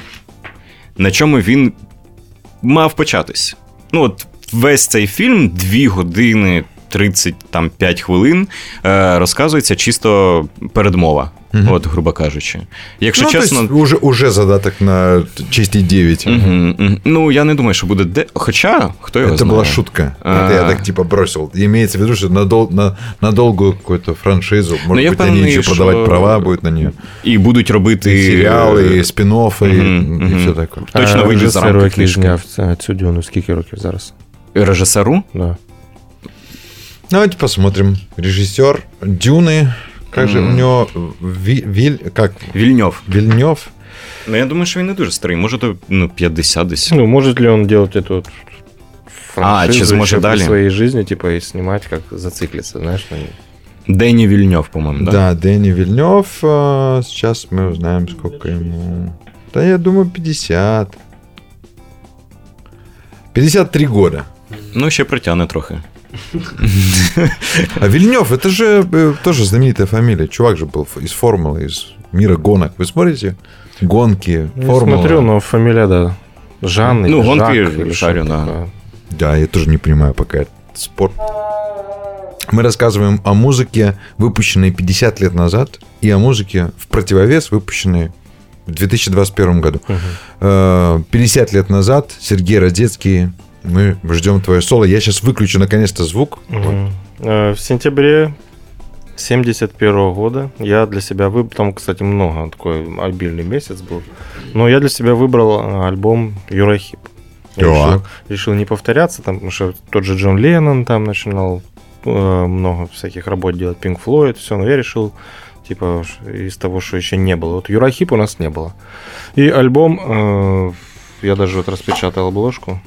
на чому він мав початись. Ну, от весь цей фільм, дві години тридцять п'ять хвилин, е, розказується чисто передмова, угу. от, грубо кажучи. Якщо ну, чесно... то уже, уже задаток на чисті дев'ять. Угу, угу. Ну, я не думаю, що буде... Де... Хоча, хто його Это знає. была шутка. А... Это я так типа бросил. Имеется в виду, что на, дол... на... на долгую какую-то франшизу, может ну, быть, певний, они еще що... продавать права будут на нее. І будуть робити... И сериалы, и спин-оффи, угу, и, угу. и все такое. Точно а вийде за рамки який книжки. зняв цю «Дюну», скільки років зараз? Режисеру? Да. Давайте посмотрим. Режиссер «Дюны». Как mm. же у него... Ви... Виль... Как? Вильнёв. Вильнёв. Ну, я думаю, що він не дуже старий. Може, то ну, п'ятдесят десь. Ну, может ли он делать эту вот А, чи зможе еще далі? при своей жизни, типа, и снимать, как зациклиться, знаешь, на ней. Дені Вильнёв, по-моему, да? Да, Дэнни Вильнёв. Сейчас мы узнаем, сколько ему... Да, я думаю, пятьдесят. пятьдесят три года. Ну, ще притягне трохи. А Вильнёв, это же тоже знаменитая фамилия. Чувак же был из формулы, из мира гонок. Вы смотрите? Гонки, формула. Я смотрю, но фамилия, да. Жан или Ну, гонки Жак, шарю, да. такое. Да, я тоже не понимаю пока этот спорт. Мы рассказываем о музыке, выпущенной пятьдесят лет назад, и о музыке в противовес, выпущенной в две тысячи двадцать первом году. Uh-huh. пятьдесят лет назад Сергей Радецкий, мы ждем твое соло. Я сейчас выключу наконец-то звук. Uh-huh. Вот. В сентябре семьдесят первого года я для себя выбрал, там, кстати, много, такой обильный месяц был, но я для себя выбрал альбом Юрахип. Я Да. решил, решил не повторяться, там, потому что тот же Джон Леннон там начинал э, много всяких работ делать, Pink Floyd, все, но я решил, типа, из того, что еще не было. Вот Uriah Heep у нас не было. И альбом, э, я даже вот распечатал обложку.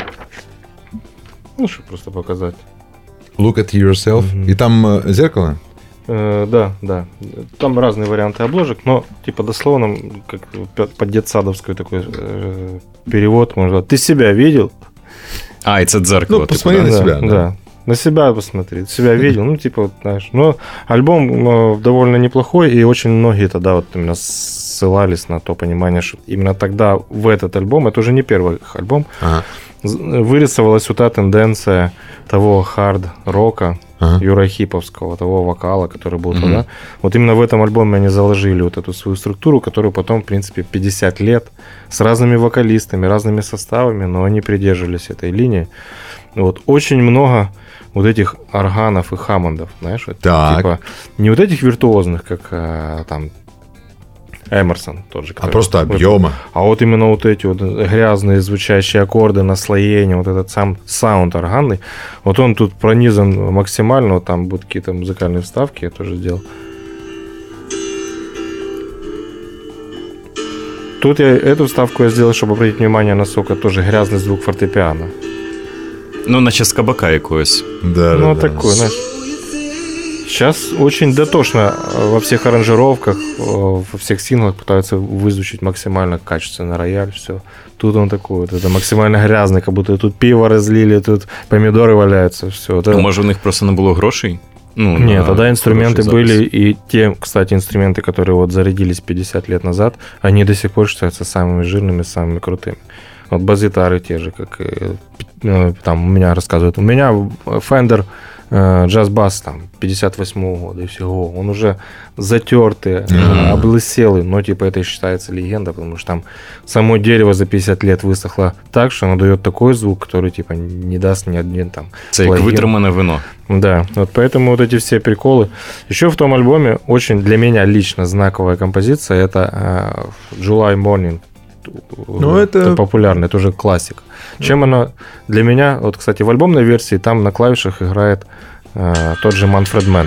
Ну, чтобы просто показать. Look at yourself. Мгм. И там э, зеркало? Э, да, да. Там разные варианты обложек, но типа дословно, как под детсадовский такой э, перевод, можно сказать, ты себя видел? А, і це дзеркало. Ну, типу, посмотри да? на да, себя, да. да. На себя посмотри, себя видел, ну, типа, вот, знаешь. Но альбом э, довольно неплохой, и очень многие тогда вот именно ссылались на то понимание, что именно тогда в этот альбом, это уже не первый их альбом, Ага. з- вырисовалась вот та тенденция того хард-рока, Ага. юрахиповского, того вокала, который был Мгм. тогда. Вот именно в этом альбоме они заложили вот эту свою структуру, которую потом, в принципе, пятьдесят лет с разными вокалистами, разными составами, но они придерживались этой линии. Вот очень много вот этих органов и хаммондов, знаешь, вот, Так. типа не вот этих виртуозных, как а, там Эмерсон тот же. А который- просто вот, объема. а вот именно вот эти вот грязные звучащие аккорды, наслоения, вот этот сам саунд органный, вот он тут пронизан максимально, вот там будут какие-то музыкальные вставки, я тоже сделал. Тут я эту вставку я сделал, чтобы обратить внимание, насколько тоже грязный звук фортепиано. Ну, наче з кабака якогось. Да, Ну, да, такой, знаешь. Сейчас очень дотошно э, во всех аранжировках, э, во всех синглах пытаются вызвучить максимально качественно рояль, все. Тут он такой, вот это максимально грязный, как будто тут пиво разлили, тут помидоры валяются, все. А може, у них просто не було грошей? Ну, Нет, на тогда инструменты хороший запис. были, и те, кстати, инструменты, которые вот зарядились пятьдесят лет назад, они до сих пор считаются самыми жирными, самыми крутыми. Вот бас-гитары те же, как э, э, там у меня рассказывают. У меня Fender э, Jazz Bass там пятьдесят восьмого года и всего. Он уже затертый, Мгм. облыселый, но типа это считается легенда, потому что там само дерево за пятьдесят лет высохло так, что оно дает такой звук, который типа не даст ни один там Це як плагин. витримане вино. Да, вот поэтому вот эти все приколы. Еще в том альбоме очень для меня лично знаковая композиция — это э, July Morning. Ну, это- популярный, это уже классика. Чем она для меня, вот, кстати, в альбомной версии там на клавишах играет э, тот же Манфред Мэн.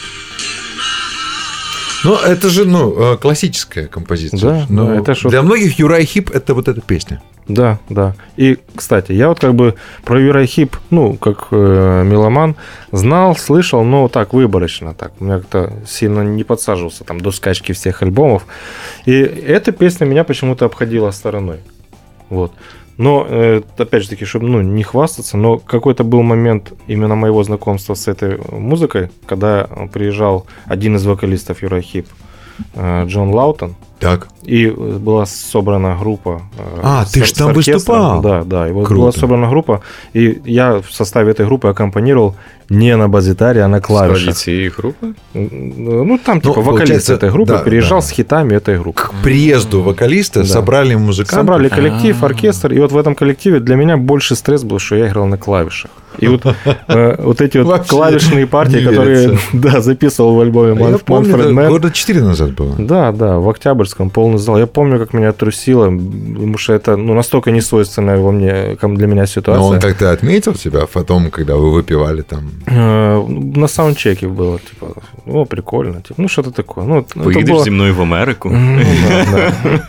Ну, это же, ну, э, классическая композиция. Да, Ну, да, это что- для многих Юрай Хип это вот эта песня. Да, да. И, кстати, я вот как бы про Юрай Хип, ну, как э, меломан, знал, слышал, но так, выборочно так. У меня как-то сильно не подсаживался там до скачки всех альбомов. И эта песня меня почему-то обходила стороной. Вот. Но, э, опять же таки, чтобы ну, не хвастаться, но какой-то был момент именно моего знакомства с этой музыкой, когда приезжал один из вокалистов Юрай Хип, э, Джон Лаутон, Так. и была собрана группа. э, А, с- ты ж с там оркестром. выступал. Да, да. И вот Круто. была собрана группа, и я в составе этой группы аккомпанировал не на бас-гитаре, а на В складі клавишах. цієї групи? Ну, там, типа, вокалист получается, этой группы да, переезжал да. с хитами этой группы. К приезду вокалиста Да. собрали музыкантов. Собрали коллектив, А. оркестр, и вот в этом коллективе для меня больше стресс был, что я играл на клавишах. И вот, э, вот эти вот Вообще клавишные партии, не которые верится. да, записывал в альбоме А я Ман- помню, Манфред это Мэн. года четыре назад было. Да, да, в Октябрьском полный зал. Я помню, как меня трусило, потому что это ну, настолько несвойственная во мне, ком- для меня ситуация. Но он как-то отметил тебя потом, когда вы выпивали там. Э, На саундчеке было, типа, о, прикольно, типа, ну, что-то такое. Ну, это Поїдеш было- зі мною в Америку? Ну, да, да.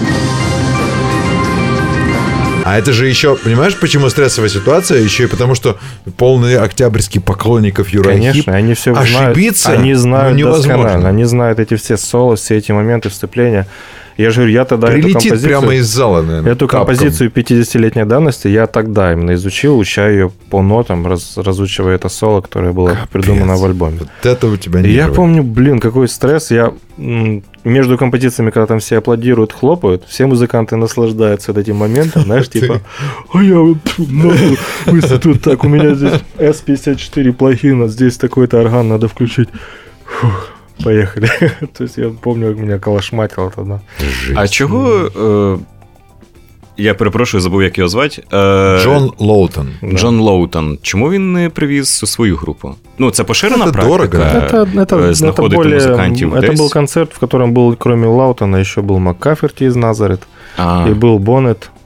А это же еще, понимаешь, почему стрессовая ситуация? Еще и потому, что полные октябрьские поклонников Юрай Хип. Конечно, они все Ошибиться, знают. Они знают ну, невозможно. досконально. Они знают эти все соло, все эти моменты вступления. Я же говорю, я тогда эту Прилетит композицию... прямо из зала, наверное. Эту тапком. композицию пятидесятилетней давности я тогда именно изучил, уча ее по нотам, раз, разучивая это соло, которое было Капец. придумано в альбоме. Вот это у тебя И не я было. помню, блин, какой стресс. Я м, между композициями, когда там все аплодируют, хлопают, все музыканты наслаждаются этим моментом, знаешь, типа, а я вот ну, мы тут так, у меня здесь эс пятьдесят четыре плагина, здесь такой-то орган надо включить. Фух, поехали. То есть я помню, как меня колошматило тогда. Жесть. А чого. Е... Я перепрошую, забув, як його звати. Е... Джон Лоутон. Джон Лоутон. Чому він не привіз свою групу? Ну, це поширена Це практика. дорого. Это, это, е, это, знаходити более, музикантів это десь. был концерт, в котором был, кроме Лаутона, еще был МакКаферти из Назарет, А, и был Боннет,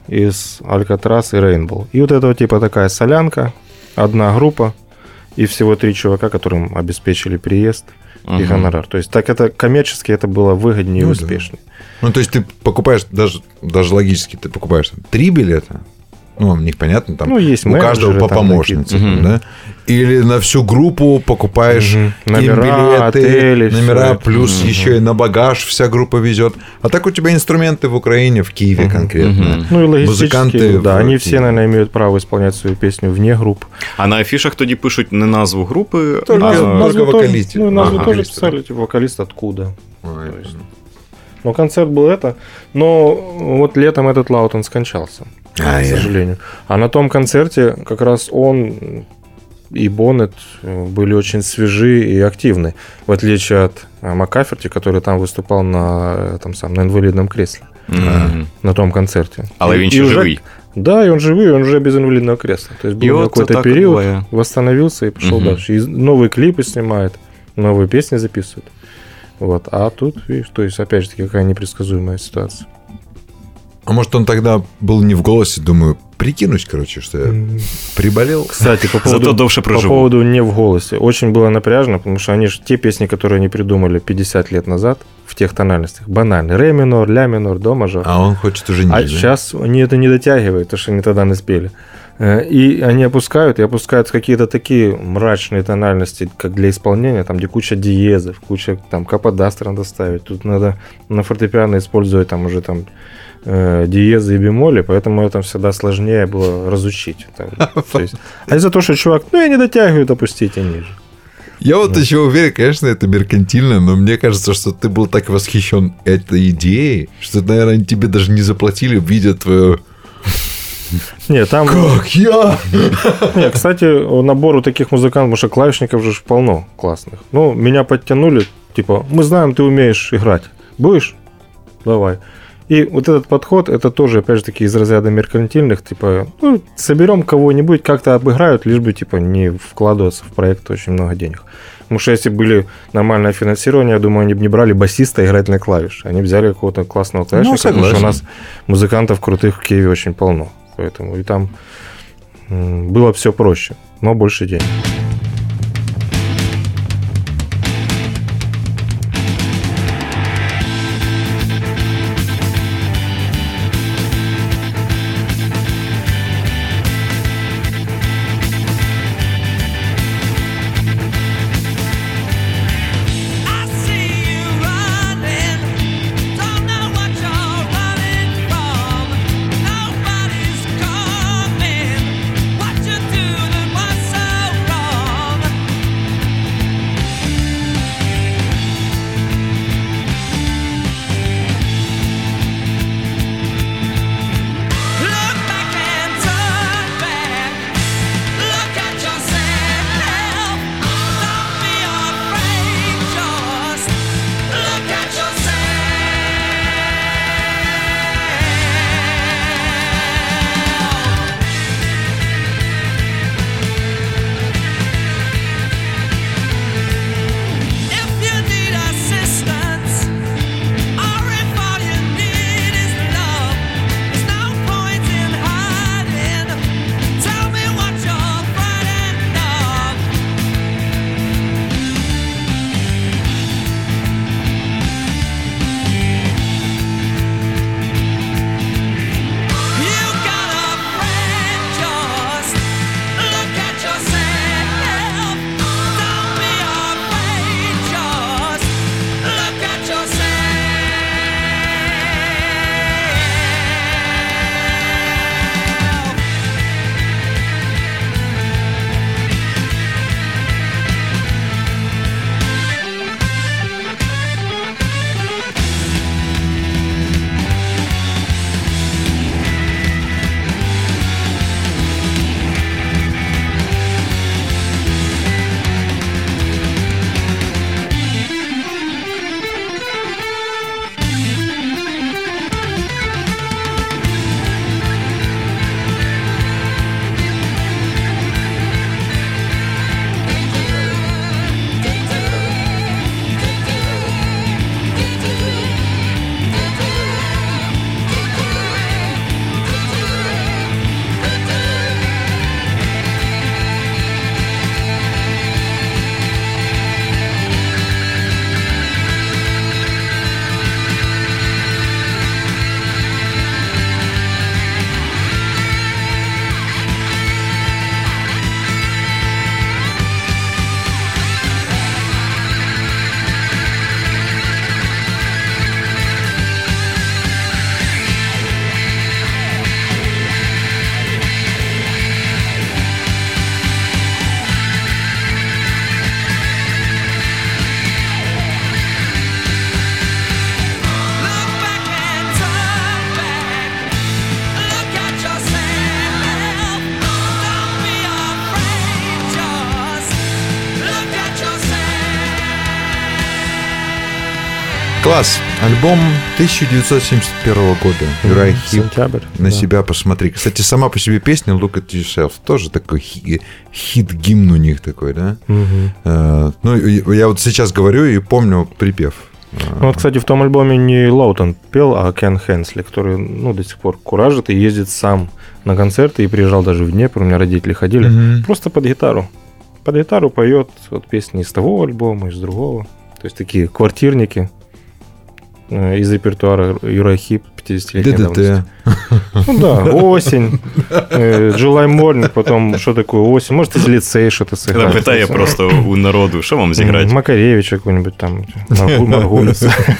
из Алькатрас и Рейнбоу. И вот это вот типа такая солянка, одна группа и всего три чувака, которым обеспечили приезд и Ага. гонорар. То есть так это коммерчески это было выгоднее Ну и да. успешнее. Ну, то есть ты покупаешь, даже, даже логически, ты покупаешь там, три билета, ну, у них понятно, там Ну, есть у каждого менеджеры по там помощнице, какие-то. да? Или на всю группу покупаешь Мгм. им Номера, билеты, отели, всё номера, это. плюс Мгм. еще и на багаж вся группа везет. А так у тебя инструменты в Украине, в Киеве конкретно. Мгм. Ну и логистически, Музыканты да, в- они все, наверное, имеют право исполнять свою песню вне групп. А на афішах тоді пишуть не назву групи, Только а назву- Назву только тоже- вокалисты. Ну, и назву Ага. тоже Вокалисты, писали, типа, вокалист откуда. Ой, То есть, но концерт был это. Но вот летом этот Лаутон скончался, А, к я. сожалению. А на том концерте как раз он и Боннет были очень свежи и активны, в отличие от а, Маккаферти, который там выступал на, этом самом, на инвалидном кресле Мгм. на том концерте. Але И- він и ще уже- живий. Да, и он живый, он уже без инвалидного кресла. То есть И был вот какой-то так период, бывает. восстановился и пошел Мгм. дальше. И новые клипы снимает, новые песни записывает. Вот. А тут, видишь, то есть, опять же таки, какая непредсказуемая ситуация. А может, он тогда был не в голосе, думаю, прикинуть, короче, что я приболел. Кстати, по Зато поводу, довше по проживу. поводу не в голосе. Очень было напряжно, потому что они же те песни, которые они придумали пятьдесят лет назад в тех тональностях, банально. Ре минор, ля минор, до мажор. А он хочет уже ниже. А да? сейчас они это не дотягивают, потому что они тогда не спели. Э, И они опускают, и опускают в какие-то такие мрачные тональности, как для исполнения, там, где куча диезов, куча там каподастра надо ставить. Тут надо на фортепиано использовать там уже там э, диезы и бемоли, поэтому это всегда сложнее было разучить. Там, то есть, а из-за того, что чувак, ну, я не дотягиваю, опустите ниже. Я вот еще уверен, конечно, это меркантильно, но мне кажется, что ты был так восхищен этой идеей, что, наверное, тебе даже не заплатили, видя твою... Нет, там... Как я? Нет, кстати, набору таких музыкантов, потому что клавишников же ж полно классных. Ну, меня подтянули, типа, мы знаем, ты умеешь играть. Будешь? Давай. И вот этот подход, это тоже, опять же таки, из разряда меркантильных, типа, ну, соберем кого-нибудь, как-то обыграют, лишь бы, типа, не вкладываться в проект очень много денег. Потому что если были нормальное финансирование, я думаю, они бы не брали басиста играть на клавиш. Они взяли какого-то классного клавишника, потому что у согласен. нас музыкантов крутых в Киеве очень полно. Поэтому и там м, было все проще, но больше денег. I see you running, don't know what you're running from. Nobody's coming. What you doing was so wrong. Класс. Альбом тысяча девятьсот семьдесят первого года. Юрай Хип. Сентябрь. На да. себя посмотри. Кстати, сама по себе песня Look at Yourself тоже такой хи- хит-гимн у них такой, да? Мгм. Э, Ну, и- я вот сейчас говорю и помню припев. Ну, вот, кстати, в том альбоме не Лоутон пел, а Кен Хенсли, который, ну, до сих пор куражит и ездит сам на концерты и приезжал даже в Днепр, у меня родители ходили, Мгм. просто под гитару. Под гитару поет вот песни из того альбома, из другого. То есть такие квартирники э, из репертуара Юрай Хип пятидесятилетней давности. ДДТ. Ну да, осень, э, July Morning, потом что такое осень, может из лицей что-то Коли сыграть. питає просто у народу, що вам зіграти? Макаревич какой-нибудь там, Маргу- Маргулис.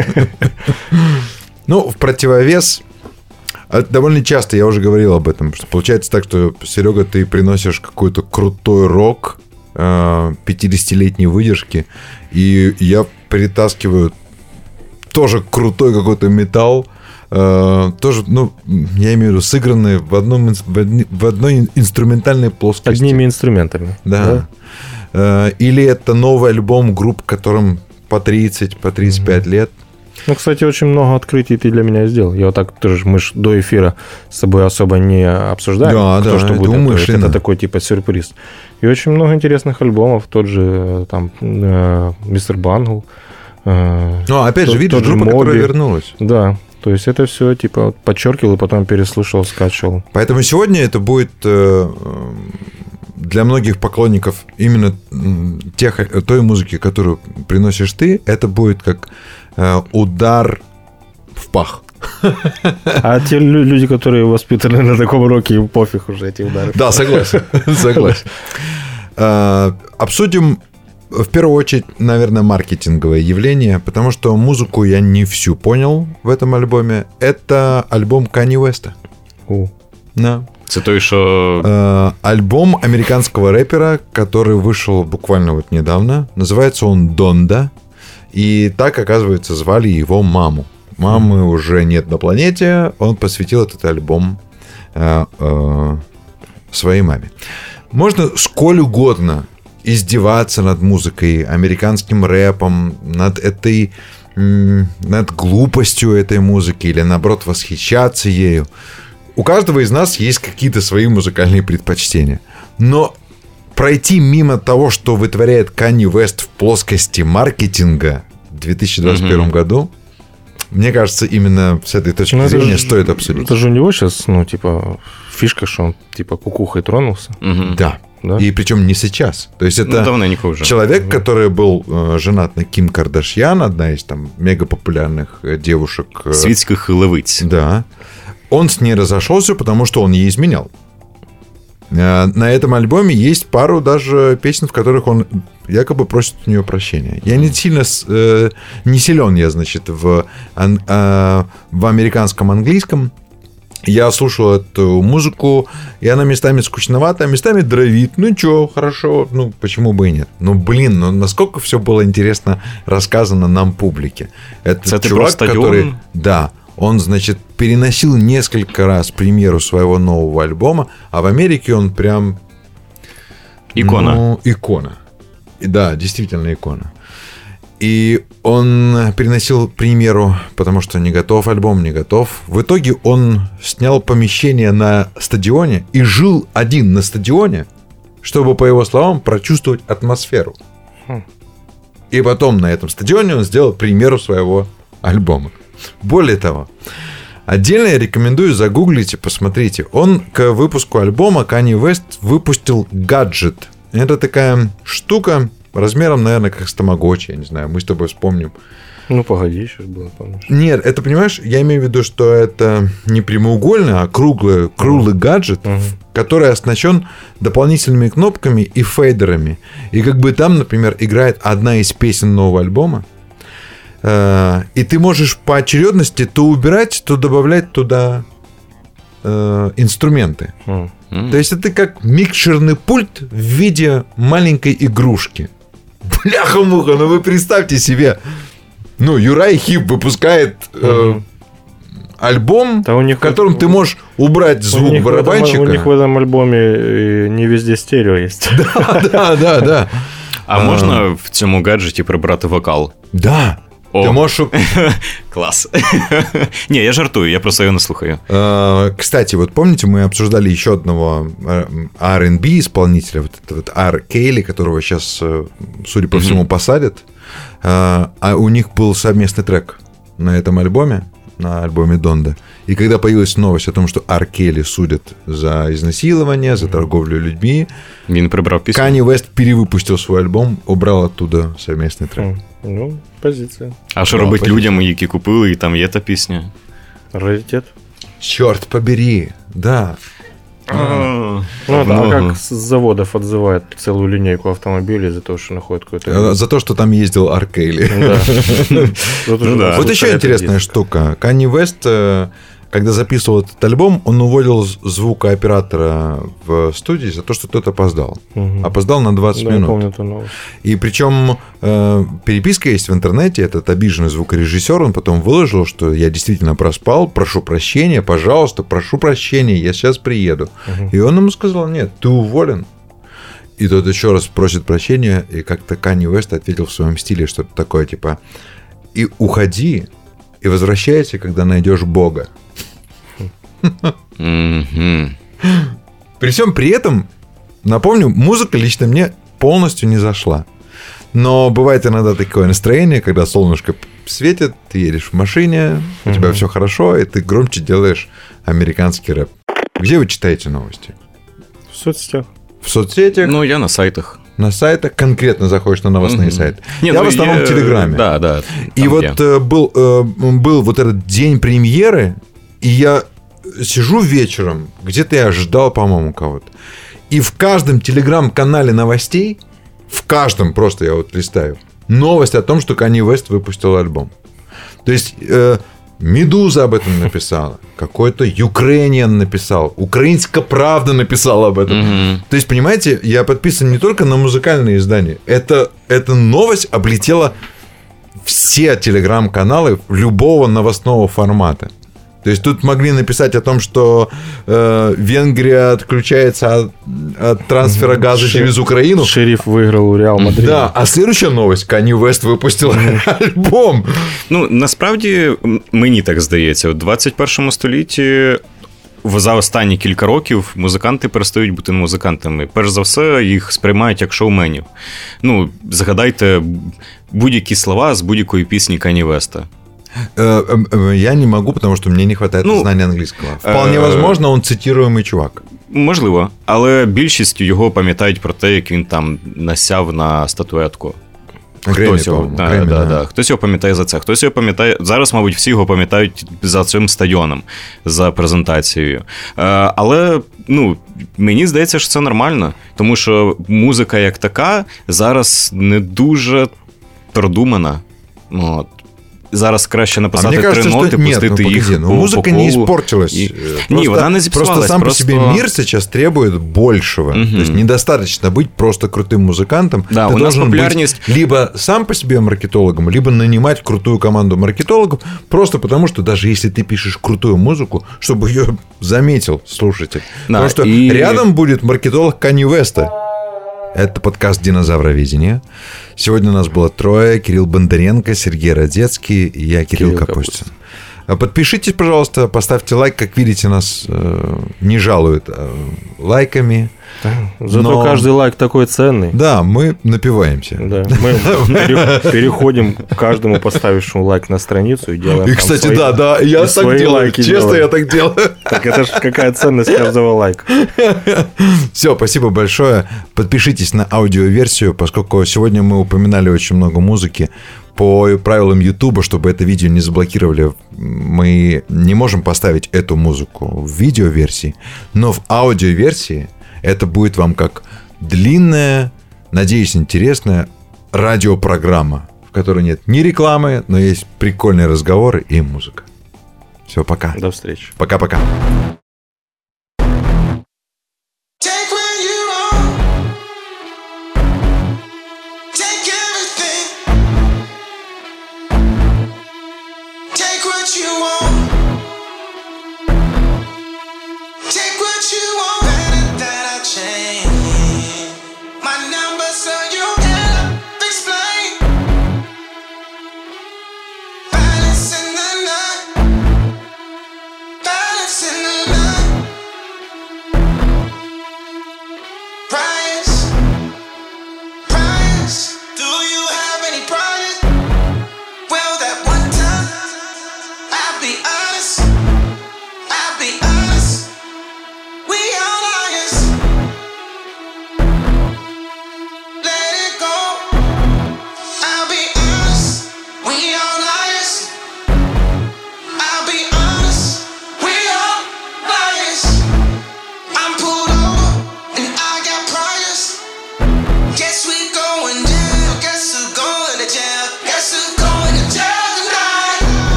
Ну, в противовес, а довольно часто я уже говорил об этом, что получается так, что, Серега, ты приносишь какой-то крутой рок э, пятидесятилетней выдержки, и я притаскиваю тоже крутой какой-то металл, э, тоже, ну, я имею в виду, сыгранный в, одном, ин- в, одни- в одной инструментальной плоскости. Одними инструментами. Да. Э, Или это новый альбом групп, которым по тридцать, по тридцать пять лет. Ну, кстати, очень много открытий ты для меня сделал. Я вот так тоже, мы ж до эфира с тобой особо не обсуждаем, Да, кто да, что это будет готовить. умышленно. Это такой типа сюрприз. И очень много интересных альбомов. Тот же э, там э, Мистер Бангл. э, Ну, опять Тот- же, видишь, тот же группа, которая Моби. вернулась. Да, то есть это все типа вот подчеркивал и потом переслушал, скачивал. Поэтому сегодня это будет э, для многих поклонников именно м, тех, той музыки, которую приносишь ты, это будет как э, удар в пах. А те лю- люди, которые воспитаны на таком роке, им пофиг уже эти удары. Да, согласен. Согласен. Э, Обсудим в первую очередь, наверное, маркетинговое явление, потому что музыку я не всю понял в этом альбоме. Это альбом Канье Уэста. У. Да. Це той, що Э, Альбом американского рэпера, который вышел буквально вот недавно. Называется он Донда. И так, оказывается, звали его маму. Мамы уже нет на планете. Он посвятил этот альбом э, э, своей маме. Можно сколь угодно издеваться над музыкой, американским рэпом, над этой, м, над глупостью этой музыки или, наоборот, восхищаться ею. У каждого из нас есть какие-то свои музыкальные предпочтения. Но пройти мимо того, что вытворяет Канье Уэст в плоскости маркетинга в две тысячи двадцать первом году, мне кажется, именно с этой точки Ну, это зрения же- стоит обсудить. Это же у него сейчас, ну, типа, фишка, что он, типа, кукухой тронулся. Мгм. Да. Да? И причем не сейчас. То есть Ну, это давненько вже. человек, который был э, женат на Ким Кардашьян, одна из там мега популярных э, девушек. э, Світських левиць. Да. Он с ней разошелся, потому что он ей изменял. Э, На этом альбоме есть пару даже песен, в которых он якобы просит у нее прощения. Я не сильно с- э, не силен я, значит, в, ан- э, в американском английском. Я слушал эту музыку, и она местами скучновата, местами дровит. Ну, чё, хорошо, ну, почему бы и нет. Ну, блин, ну, насколько все было интересно рассказано нам, публике. Это Это ты чувак, про стадион? который... Да, он, значит, переносил несколько раз премьеру своего нового альбома, а в Америке он прям... Икона. Ну, икона. И да, действительно икона. И он переносил премьеру, потому что не готов альбом, не готов. В итоге он снял помещение на стадионе и жил один на стадионе, чтобы, по его словам, прочувствовать атмосферу. Хм. И потом на этом стадионе он сделал премьеру своего альбома. Более того, отдельно я рекомендую загуглить и посмотрите. Он к выпуску альбома Канье Уэст выпустил гаджет. Это такая штука размером, наверное, как с Тамагочи, я не знаю, мы с тобой вспомним. Ну, погоди, еще ж было, помнишь. Нет, это, понимаешь, я имею в виду, что это не прямоугольный, а круглый, круглый гаджет, Мгм. который оснащен дополнительными кнопками и фейдерами. И как бы там, например, играет одна из песен нового альбома, э, и ты можешь по очередности то убирать, то добавлять туда э, инструменты. М. М. То есть это как микшерный пульт в виде маленькой игрушки. Бляха-муха, ну вы представьте себе. Ну, Юрай Хип выпускает э, Мгм. альбом, Да у них в котором ты можешь убрать У звук них в этом- барабанщика. У них в этом альбоме э, не везде стерео есть. Да, да, да. А можна в цьому гаджеті прибрати вокал? Да. О. Ты можешь... Клас. Ні, я жартую, я просто його не слухаю. Э, Кстати, вот помните, мы обсуждали еще одного э, ар энд би исполнителя, вот этот вот Ар Кейли, которого сейчас, э, судя по всему, посадят. Э, А у них был совместный трек на этом альбоме, на альбоме Донда. И когда появилась новость о том, что Ар Келли судят за изнасилование, за торговлю людьми, Він прибрав пісню. Канье Уэст перевыпустил свой альбом, убрал оттуда совместный трек. Ну, позиція. А що Да, робить позиція. людям, які купили, і там є та пісня? Раритет. Черт побери, да. Ну, да, а Много. как с заводов отзывают целую линейку автомобилей за то, что находят какой-то... Э, За то, что там ездил Ар Кейли. Да. Вот уже да. Вот звучит еще этот интересная диск. штука. Канье Уэст, э, когда записывал этот альбом, он уволил з- звукооператора в студии за то, что тот опоздал. Мгм. Опоздал на двадцать Да, я минут. помню эту новость. И причем э, переписка есть в интернете. Этот обиженный звукорежиссер, он потом выложил, что я действительно проспал, прошу прощения, пожалуйста, прошу прощения, я сейчас приеду. И он ему сказал: нет, ты уволен. И тот еще раз просит прощения, и как-то Канье Уэст ответил в своем стиле что-то такое, типа: и уходи, и возвращайся, когда найдешь Бога. Мгм. При всем при этом, напомню, музыка лично мне полностью не зашла. Но бывает иногда такое настроение, когда солнышко светит, ты едешь в машине, у тебя все хорошо, и ты громче делаешь американский рэп. Где вы читаете новости? В соцсетях. В соцсетях, Ну, я на сайтах. на сайтах, конкретно заходишь на новостные Мгм. сайты. Ні, Я ну, в основном є- в Телеграме. Да, да, И там вот є. э, был, э, был вот этот день премьеры, и я сижу вечером, где-то я ждал, по-моему, кого-то. И в каждом телеграм-канале новостей, в каждом просто я вот листаю, новость о том, что Канье Уэст выпустил альбом. То есть э, Медуза об этом написала, какой-то Ukrainian написал, Украинская правда написала об этом. Мгм. То есть, понимаете, я подписан не только на музыкальные издания. Это, эта новость облетела все телеграм-каналы любого новостного формата. То есть тут могли написать о том, что э, Венгрия отключается от, от трансфера газа Ши- через Украину. Шериф выиграл у Реал Мадрида. Да, а следующая новость: Канье Уэст выпустил альбом. Ну, насправді, м, мені так здається, у двадцять першому столітті в- за останні кілька років музиканти перестають бути музикантами. Перш за все, їх сприймають як шоуменів. Ну, згадайте будь-які слова з будь-якої пісні Каньє Веста. Э, э, э, Я не могу, потому что мне не хватает Ну, знания английского. Вполне э, возможно, он цитируемый чувак. Можливо, але більшість його пам'ятають про те, як він там насяв на статуетку. Гремі, Хтось його, по-моєму, да, Гремі, да, да. да. Хтось його пам'ятає за це. Хтось його пам'ятає. Зараз, мабуть, всі його пам'ятають за цим стадіоном, за презентацією. Е, але ну, мені здається, що це нормально, тому що музика як така зараз не дуже продумана. Ну, от. Зараз краще А написати мне кажется, три ноти, что нет, ну пустити їх погоди, ну, по, музыка по не колу. испортилась. И- Э, Не, просто- она не записалась, Просто сам просто- по себе мир сейчас требует большего. Мгм. То есть недостаточно быть просто крутым музыкантом. Да, Ты у нас должен популярность- быть либо сам по себе маркетологом, либо нанимать крутую команду маркетологов, просто потому что даже если ты пишешь крутую музыку, чтобы ее заметил слушатель. Да, потому что и- рядом будет маркетолог Канье Уэста. Это подкаст «Динозавровидение». Сегодня у нас было трое. Кирилл Бондаренко, Сергей Радецкий и я, Кирилл, Кирилл Капустин. А Подпишитесь, пожалуйста, поставьте лайк. Как видите, нас э, не жалуют э, лайками. Зато Но- каждый лайк такой ценный. Да, мы напиваемся. Да, мы пере- переходим к каждому поставившему лайк на страницу и делаем И, там кстати, свои- да, да, я и так свои делаю. лайки Честно, делаем. я так делаю. Так это ж какая ценность каждого лайка. Все, спасибо большое. Подпишитесь на аудиоверсию, поскольку сегодня мы упоминали очень много музыки. По правилам Ютуба, чтобы это видео не заблокировали, мы не можем поставить эту музыку в видеоверсии, но в аудиоверсии это будет вам как длинная, надеюсь, интересная радиопрограмма, в которой нет ни рекламы, но есть прикольные разговоры и музыка. Все, пока. До встречи. Пока-пока. Take what you want. Take everything. Take what you want. Take what you want. Better that I change my number so you can explain.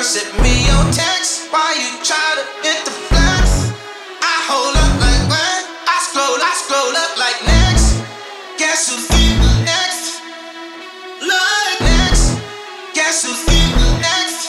send me your text. Why you try to hit the flex? I hold up like what? I scroll, I scroll up like next. Guess who's getting next? Lord, next. Guess who's getting next?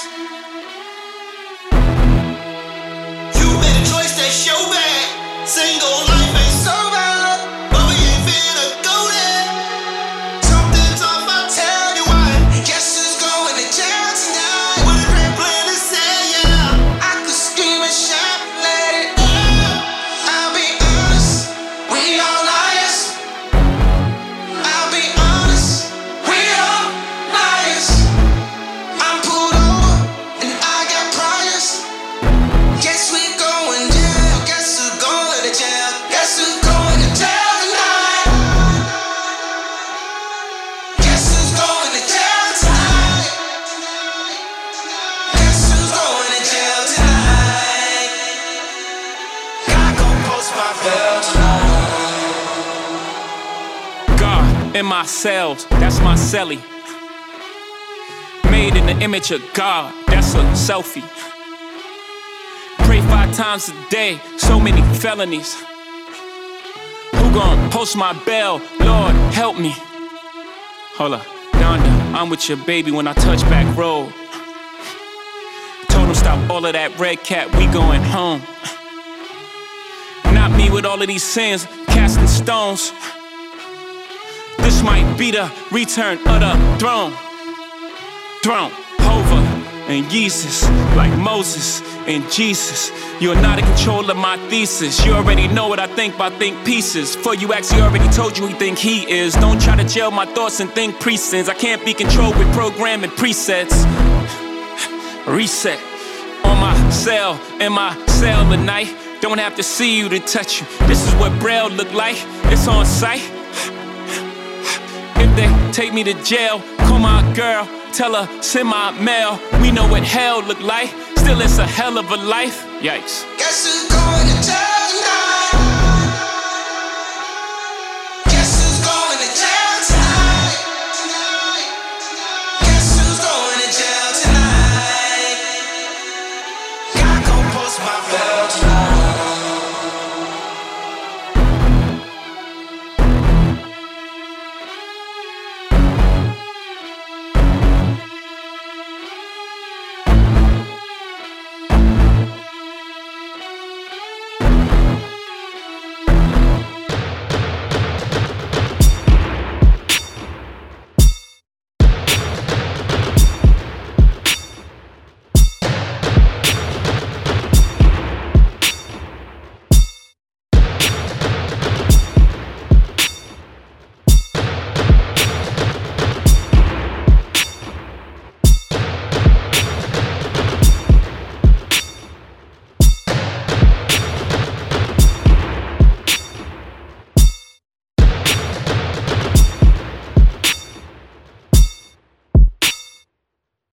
You made a choice that's your bad. Single life ain't so bad, but we ain't finna go there. Something's off, I'll tell you why. Guess who's going to jail tonight? With a grand plan to say, yeah. I could scream and shout, let it out. I'll be honest, we all liars. I'll be honest, we all liars. I'm pulled over and I got priors. Guess we going jail. Guess who's going to jail? Guess who's going to jail tonight? Guess who's going to jail tonight? Guess who's going to jail tonight? God gon' post my bail tonight. God in my cells, that's my celly. Made in the image of God, that's a selfie. Pray five times a day, so many felonies. Who gon' post my bail? Lord, help me. Hold up, Donda, I'm with your baby when I touch back road. Told him stop all of that red cat, we going home. Not me with all of these sins, casting stones. This might be the return of the throne. Throne, Hova, and Jesus, like Moses and Jesus. You're not in control of my thesis. You already know what I think by think pieces. For you actually already told you he think he is. Don't try to jail my thoughts and think presents. I can't be controlled with programming presets. Reset on my cell, in my cell at night. Don't have to see you to touch you. This is what Braille look like. It's on sight. If they take me to jail, call my girl, tell her send my mail. We know what hell look like. Still, it's a hell of a life. Yikes. Guess who's going to jail tonight? Guess who's going to jail tonight? Guess who's going to jail tonight? God gon' post my bail.